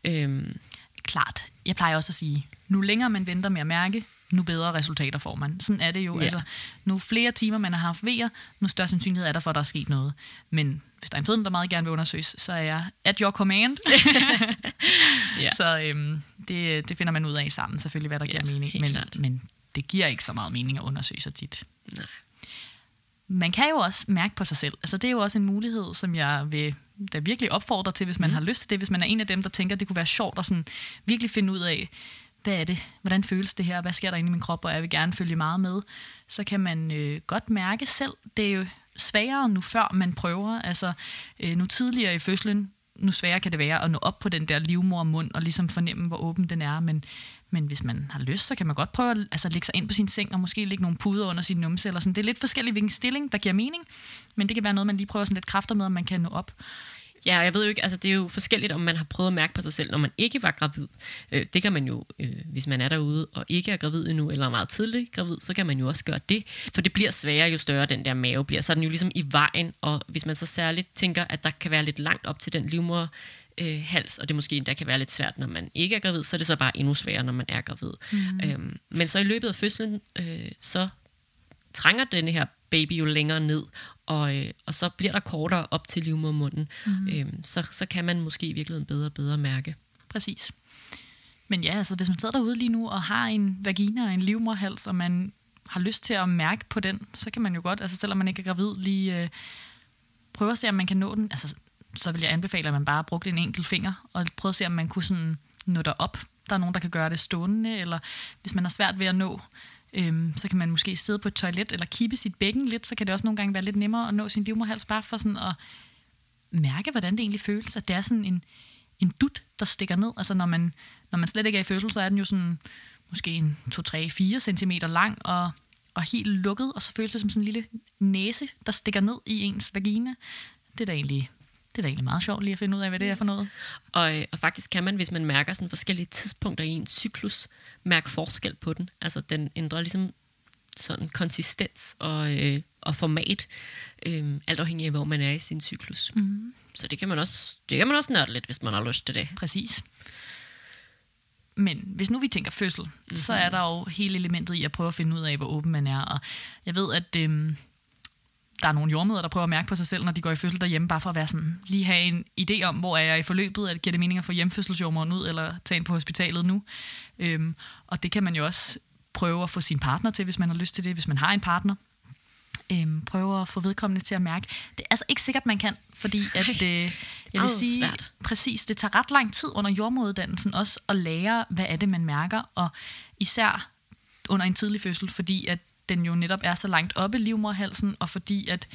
Klart. Jeg plejer også at sige, nu længere man venter med at mærke, nu bedre resultater får man. Sådan er det jo. Ja. Altså, nu flere timer man har haft vejer, nu større sandsynlighed er der for, at der er sket noget. Men hvis der er en fødende, der meget gerne vil undersøges, så er jeg at your command. Ja. Så det finder man ud af sammen, selvfølgelig, hvad der giver mening. Men det giver ikke så meget mening at undersøge sig tit. Nej. Man kan jo også mærke på sig selv. Altså, det er jo også en mulighed, som jeg vil da virkelig opfordre til, hvis man har lyst til det. Hvis man er en af dem, der tænker, at det kunne være sjovt at sådan virkelig finde ud af, hvad er det? Hvordan føles det her? Hvad sker der inde i min krop? Og jeg vil gerne følge meget med. Så kan man godt mærke selv. Det er jo sværere nu, før man prøver. Altså, nu tidligere i fødslen, nu sværere kan det være at nå op på den der livmormund og ligesom fornemme, hvor åben den er. Men hvis man har lyst, så kan man godt prøve at lægge sig ind på sin seng og måske lægge nogle puder under sin numse. Eller sådan. Det er lidt forskelligt, hvilken stilling, der giver mening. Men det kan være noget, man lige prøver sådan lidt kræfter med, om man kan nå op. Ja, jeg ved jo ikke, altså det er jo forskelligt, om man har prøvet at mærke på sig selv, når man ikke var gravid. Det kan man jo, hvis man er derude og ikke er gravid endnu, eller er meget tidligt gravid, så kan man jo også gøre det. For det bliver sværere, jo større den der mave bliver. Så er den jo ligesom i vejen, og hvis man så særligt tænker, at der kan være lidt langt op til den livmoderhals, og det måske endda kan være lidt svært, når man ikke er gravid, så er det så bare endnu sværere, når man er gravid. Men så i løbet af fødslen, så trænger denne her baby jo længere ned, og så bliver der kortere op til livmodermunden. Så kan man måske i virkeligheden bedre mærke. Præcis. Men ja, altså hvis man sidder derude lige nu og har en vagina og en livmoderhals, og man har lyst til at mærke på den, så kan man jo godt, altså selvom man ikke er gravid, lige prøve at se, om man kan nå den. Altså, så vil jeg anbefale, at man bare brugte en enkelt finger, og prøve at se, om man kunne sådan nå derop. Der er nogen, der kan gøre det stående, eller hvis man har svært ved at nå, så kan man måske sidde på et toilet eller kippe sit bækken lidt, så kan det også nogle gange være lidt nemmere at nå sin livmoderhals, bare for sådan at mærke, hvordan det egentlig føles, at det er sådan en dut, der stikker ned. Altså når man slet ikke er i fødsel, så er den jo sådan måske en 2-3-4 centimeter lang og helt lukket, og så føles det som sådan en lille næse, der stikker ned i ens vagina. Det er da egentlig meget sjovt lige at finde ud af, hvad det er for noget. Og faktisk kan man, hvis man mærker sådan forskellige tidspunkter i en cyklus, mærke forskel på den. Altså den ændrer ligesom sådan konsistens og format, alt afhængig af, hvor man er i sin cyklus. Så det kan man også nørde lidt, hvis man har lyst til det. Præcis. Men hvis nu vi tænker fødsel, så er der jo hele elementet i at prøve at finde ud af, hvor åben man er. Og jeg ved, at der er nogle jordmødre, der prøver at mærke på sig selv, når de går i fødsel derhjemme, bare for at være sådan, lige have en idé om, hvor er jeg i forløbet, at giver det mening at få hjemfødselsjordmødren ud, eller tage ind på hospitalet nu. Og det kan man jo også prøve at få sin partner til, hvis man har lyst til det, hvis man har en partner. Prøve at få vedkommende til at mærke. Det er altså ikke sikkert, man kan, fordi at, jeg vil sige, svært. Præcis, det tager ret lang tid under jordmoderuddannelsen også at lære, hvad er det, man mærker, og især under en tidlig fødsel, fordi at den jo netop er så langt oppe i livmoderhalsen, og fordi at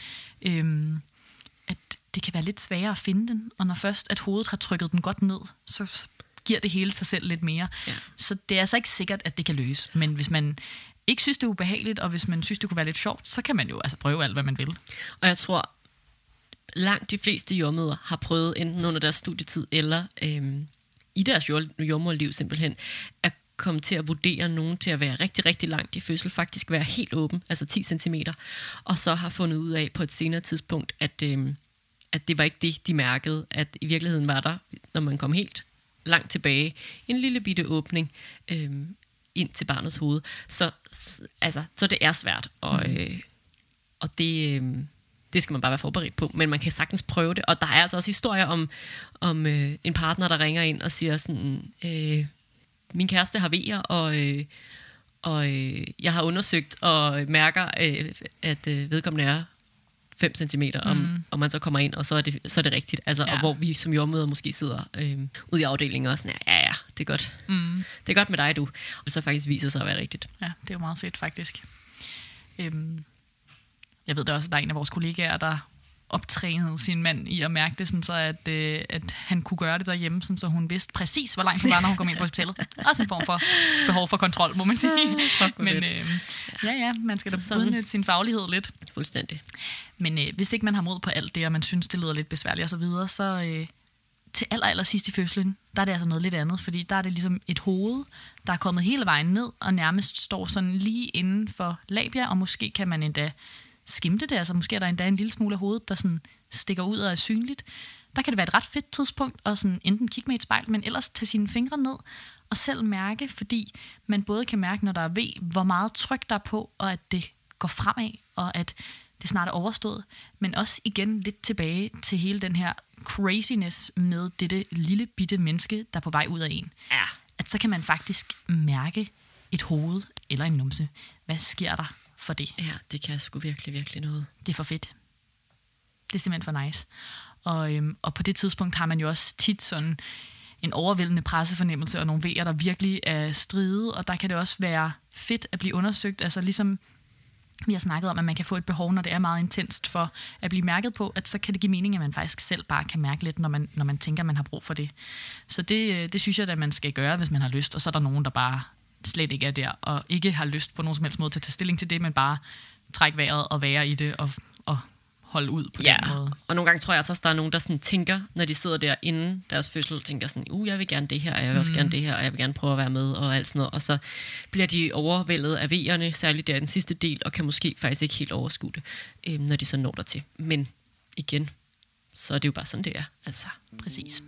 det kan være lidt sværere at finde den, og når først at hovedet har trykket den godt ned, så giver det hele sig selv lidt mere. Ja. Så det er altså ikke sikkert, at det kan løse. Men hvis man ikke synes, det er ubehageligt, og hvis man synes, det kunne være lidt sjovt, så kan man jo altså prøve alt, hvad man vil. Og jeg tror, langt de fleste jordmødre har prøvet, enten under deres studietid, eller i deres jordmoderliv simpelthen, at komme til at vurdere nogen til at være rigtig, rigtig langt i fødsel, faktisk være helt åben, altså 10 cm, og så har fundet ud af på et senere tidspunkt, at det var ikke det, de mærkede, at i virkeligheden var der, når man kom helt langt tilbage, en lille bitte åbning ind til barnets hoved. Så det er svært, og det skal man bare være forberedt på, men man kan sagtens prøve det, og der er altså også historier om en partner, der ringer ind og siger sådan, min kæreste har vejer, og jeg har undersøgt og mærker, at vedkommende er 5 centimeter, og man så kommer ind, og så er det rigtigt. Altså, ja. Og hvor vi som jordmødre måske sidder ude i afdelingen og sådan, ja, det er godt. Det er godt med dig, du. Og det så faktisk viser sig at være rigtigt. Ja, det er jo meget fedt, faktisk. Jeg ved da også, at der er en af vores kollegaer, der optrænede sin mand i at mærke det, sådan så at han kunne gøre det derhjemme, sådan så hun vidste præcis, hvor langt hun var, når hun kom ind på hospitalet. Også en form for behov for kontrol, må man sige. Men man skal da udnytte sin faglighed lidt. Fuldstændig. Men hvis ikke man har mod på alt det, og man synes, det lyder lidt besværligt og så videre, så til aller sidst i fødslen, der er det altså noget lidt andet, fordi der er det ligesom et hoved, der er kommet hele vejen ned, og nærmest står sådan lige inden for labia, og måske kan man endda skimte det, altså måske er der endda en lille smule af hovedet, der sådan stikker ud og er synligt. Der kan det være et ret fedt tidspunkt at sådan enten kigge med et spejl, men ellers tage sine fingre ned og selv mærke, fordi man både kan mærke, når der er ved, hvor meget tryk der er på, og at det går fremad, og at det snart er overstået, men også igen lidt tilbage til hele den her craziness med dette lille bitte menneske, der er på vej ud af en. Ja. At så kan man faktisk mærke et hoved eller en numse. Hvad sker der for det? Ja, det kan sgu virkelig, virkelig noget. Det er for fedt. Det er simpelthen for nice. Og på det tidspunkt har man jo også tit sådan en overvældende pressefornemmelse og nogle vejer, der virkelig er stride, og der kan det også være fedt at blive undersøgt. Altså ligesom vi har snakket om, at man kan få et behov, når det er meget intenst for at blive mærket på, at så kan det give mening, at man faktisk selv bare kan mærke lidt, når man tænker, at man har brug for det. Så det synes jeg, at man skal gøre, hvis man har lyst. Og så er der nogen, der bare slet ikke er der, og ikke har lyst på nogen som helst måde til at tage stilling til det, men bare trække vejret og være i det, og holde ud på den måde. Og nogle gange tror jeg også, at der er nogen, der sådan tænker, når de sidder der inden deres fødsel, tænker sådan, jeg vil gerne det her, og jeg vil også gerne det her, og jeg vil gerne prøve at være med, og alt sådan noget. Og så bliver de overvældet af vejerne, særligt der i den sidste del, og kan måske faktisk ikke helt overskue det, når de så når der til. Men igen, så er det jo bare sådan, det er. Altså. Præcis.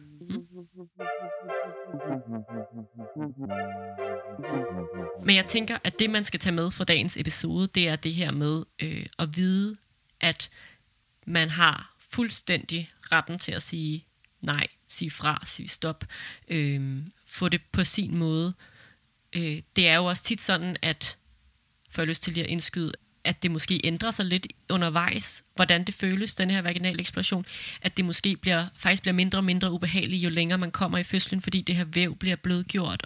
Men jeg tænker, at det, man skal tage med fra dagens episode, det er det her med at vide, at man har fuldstændig retten til at sige nej, sige fra, sige stop, få det på sin måde. Det er jo også tit sådan, at får jeg lyst til lige at indskyde, at det måske ændrer sig lidt undervejs, hvordan det føles, den her vaginale eksplosion, at det måske faktisk bliver mindre og mindre ubehageligt, jo længere man kommer i fødslen, fordi det her væv bliver blødgjort,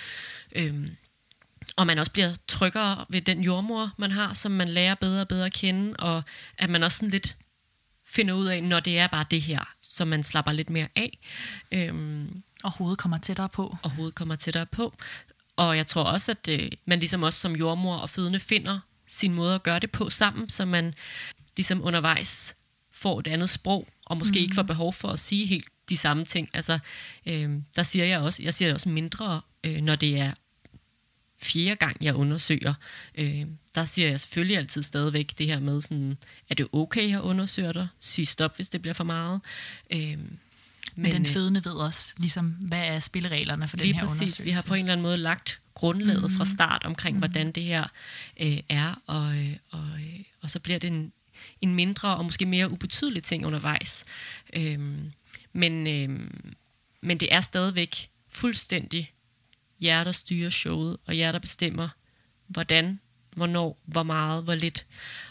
og man også bliver tryggere ved den jordmor, man har, som man lærer bedre og bedre at kende, og at man også sådan lidt finder ud af, når det er bare det her, så man slapper lidt mere af. Og hovedet kommer tættere på. Og jeg tror også, at man ligesom også som jordmor og fødende finder sin måde at gøre det på sammen, så man ligesom undervejs får et andet sprog, og måske ikke får behov for at sige helt de samme ting. Altså, der siger jeg siger også mindre, når det er 4. gang, jeg undersøger. Der siger jeg selvfølgelig altid stadigvæk det her med, sådan, er det okay, jeg undersøger dig? Sig stop, hvis det bliver for meget. Men den fødende ved også, ligesom, hvad er spillereglerne for den her undersøgelse? Lige præcis. Vi har på en eller anden måde lagt grundlaget fra start omkring, hvordan det her er, og så bliver det en mindre og måske mere ubetydelig ting undervejs. Men det er stadigvæk fuldstændig jer, der styrer showet, og jer, der bestemmer, hvordan, hvornår, hvor meget, hvor lidt.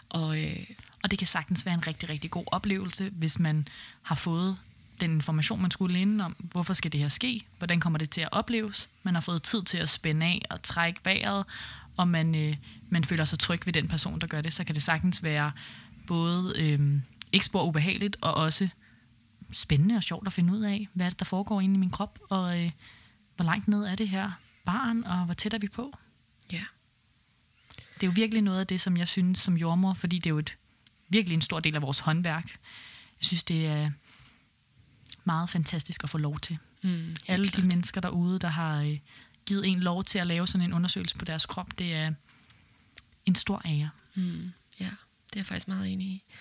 Og det kan sagtens være en rigtig, rigtig god oplevelse, hvis man har fået den information, man skulle inde om, hvorfor skal det her ske, hvordan kommer det til at opleves, man har fået tid til at spænde af og trække vejret, og man føler sig tryg ved den person, der gør det, så kan det sagtens være både ikke spor ubehageligt, og også spændende og sjovt at finde ud af, hvad er det, der foregår inde i min krop, og hvor langt ned er det her barn, og hvor tæt er vi på? Ja. Det er jo virkelig noget af det, som jeg synes som jordmor, fordi det er jo virkelig en stor del af vores håndværk. Jeg synes, det er meget fantastisk at få lov til. Alle de mennesker derude, der har givet en lov til at lave sådan en undersøgelse på deres krop, det er en stor ære. Ja, det er jeg faktisk meget enig i.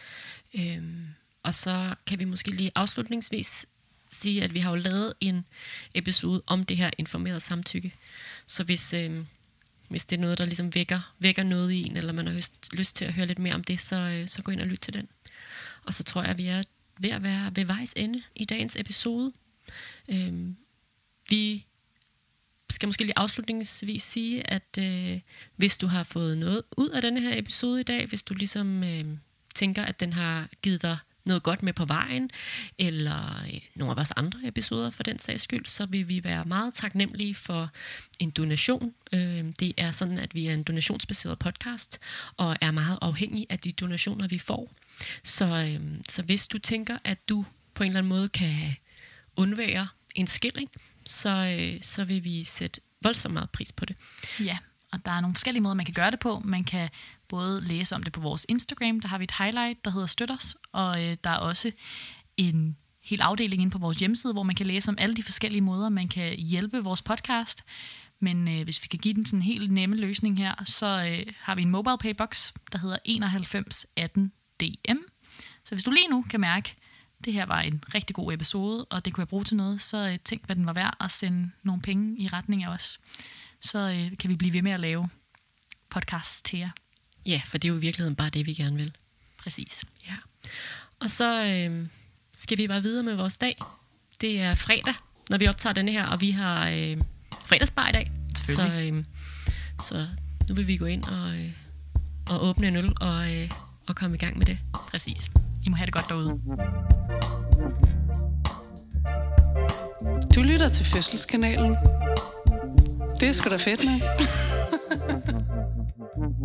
Og så kan vi måske lige afslutningsvis sige, at vi har jo lavet en episode om det her informerede samtykke. Så hvis det er noget, der ligesom vækker noget i en, eller man har lyst til at høre lidt mere om det, så gå ind og lyt til den. Og så tror jeg, at vi er ved at være ved vejs ende i dagens episode. Vi skal måske lige afslutningsvis sige, at hvis du har fået noget ud af denne her episode i dag, hvis du ligesom tænker, at den har givet dig noget godt med på vejen, eller nogle af vores andre episoder for den sags skyld, så vil vi være meget taknemmelige for en donation. Det er sådan, at vi er en donationsbaseret podcast, og er meget afhængige af de donationer, vi får. Så hvis du tænker, at du på en eller anden måde kan undvære en skilling, så vil vi sætte voldsomt meget pris på det. Ja, og der er nogle forskellige måder, man kan gøre det på. Man kan både læse om det på vores Instagram, der har vi et highlight, der hedder Støt os, og der er også en hel afdeling inde på vores hjemmeside, hvor man kan læse om alle de forskellige måder, man kan hjælpe vores podcast. Men hvis vi kan give den sådan en helt nemme løsning her, så har vi en mobile pay box, der hedder 91 18 DM. Så hvis du lige nu kan mærke, det her var en rigtig god episode, og det kunne jeg bruge til noget, så tænk, hvad den var værd at sende nogle penge i retning af os. Så kan vi blive ved med at lave podcasts til jer. Ja, for det er jo i virkeligheden bare det, vi gerne vil. Præcis. Ja. Og så skal vi bare videre med vores dag. Det er fredag, når vi optager denne her, og vi har fredagsbar i dag. Så nu vil vi gå ind og åbne en øl og komme i gang med det. Præcis. I må have det godt derude. Du lytter til Fødselskanalen. Det er sgu da fedt, nok.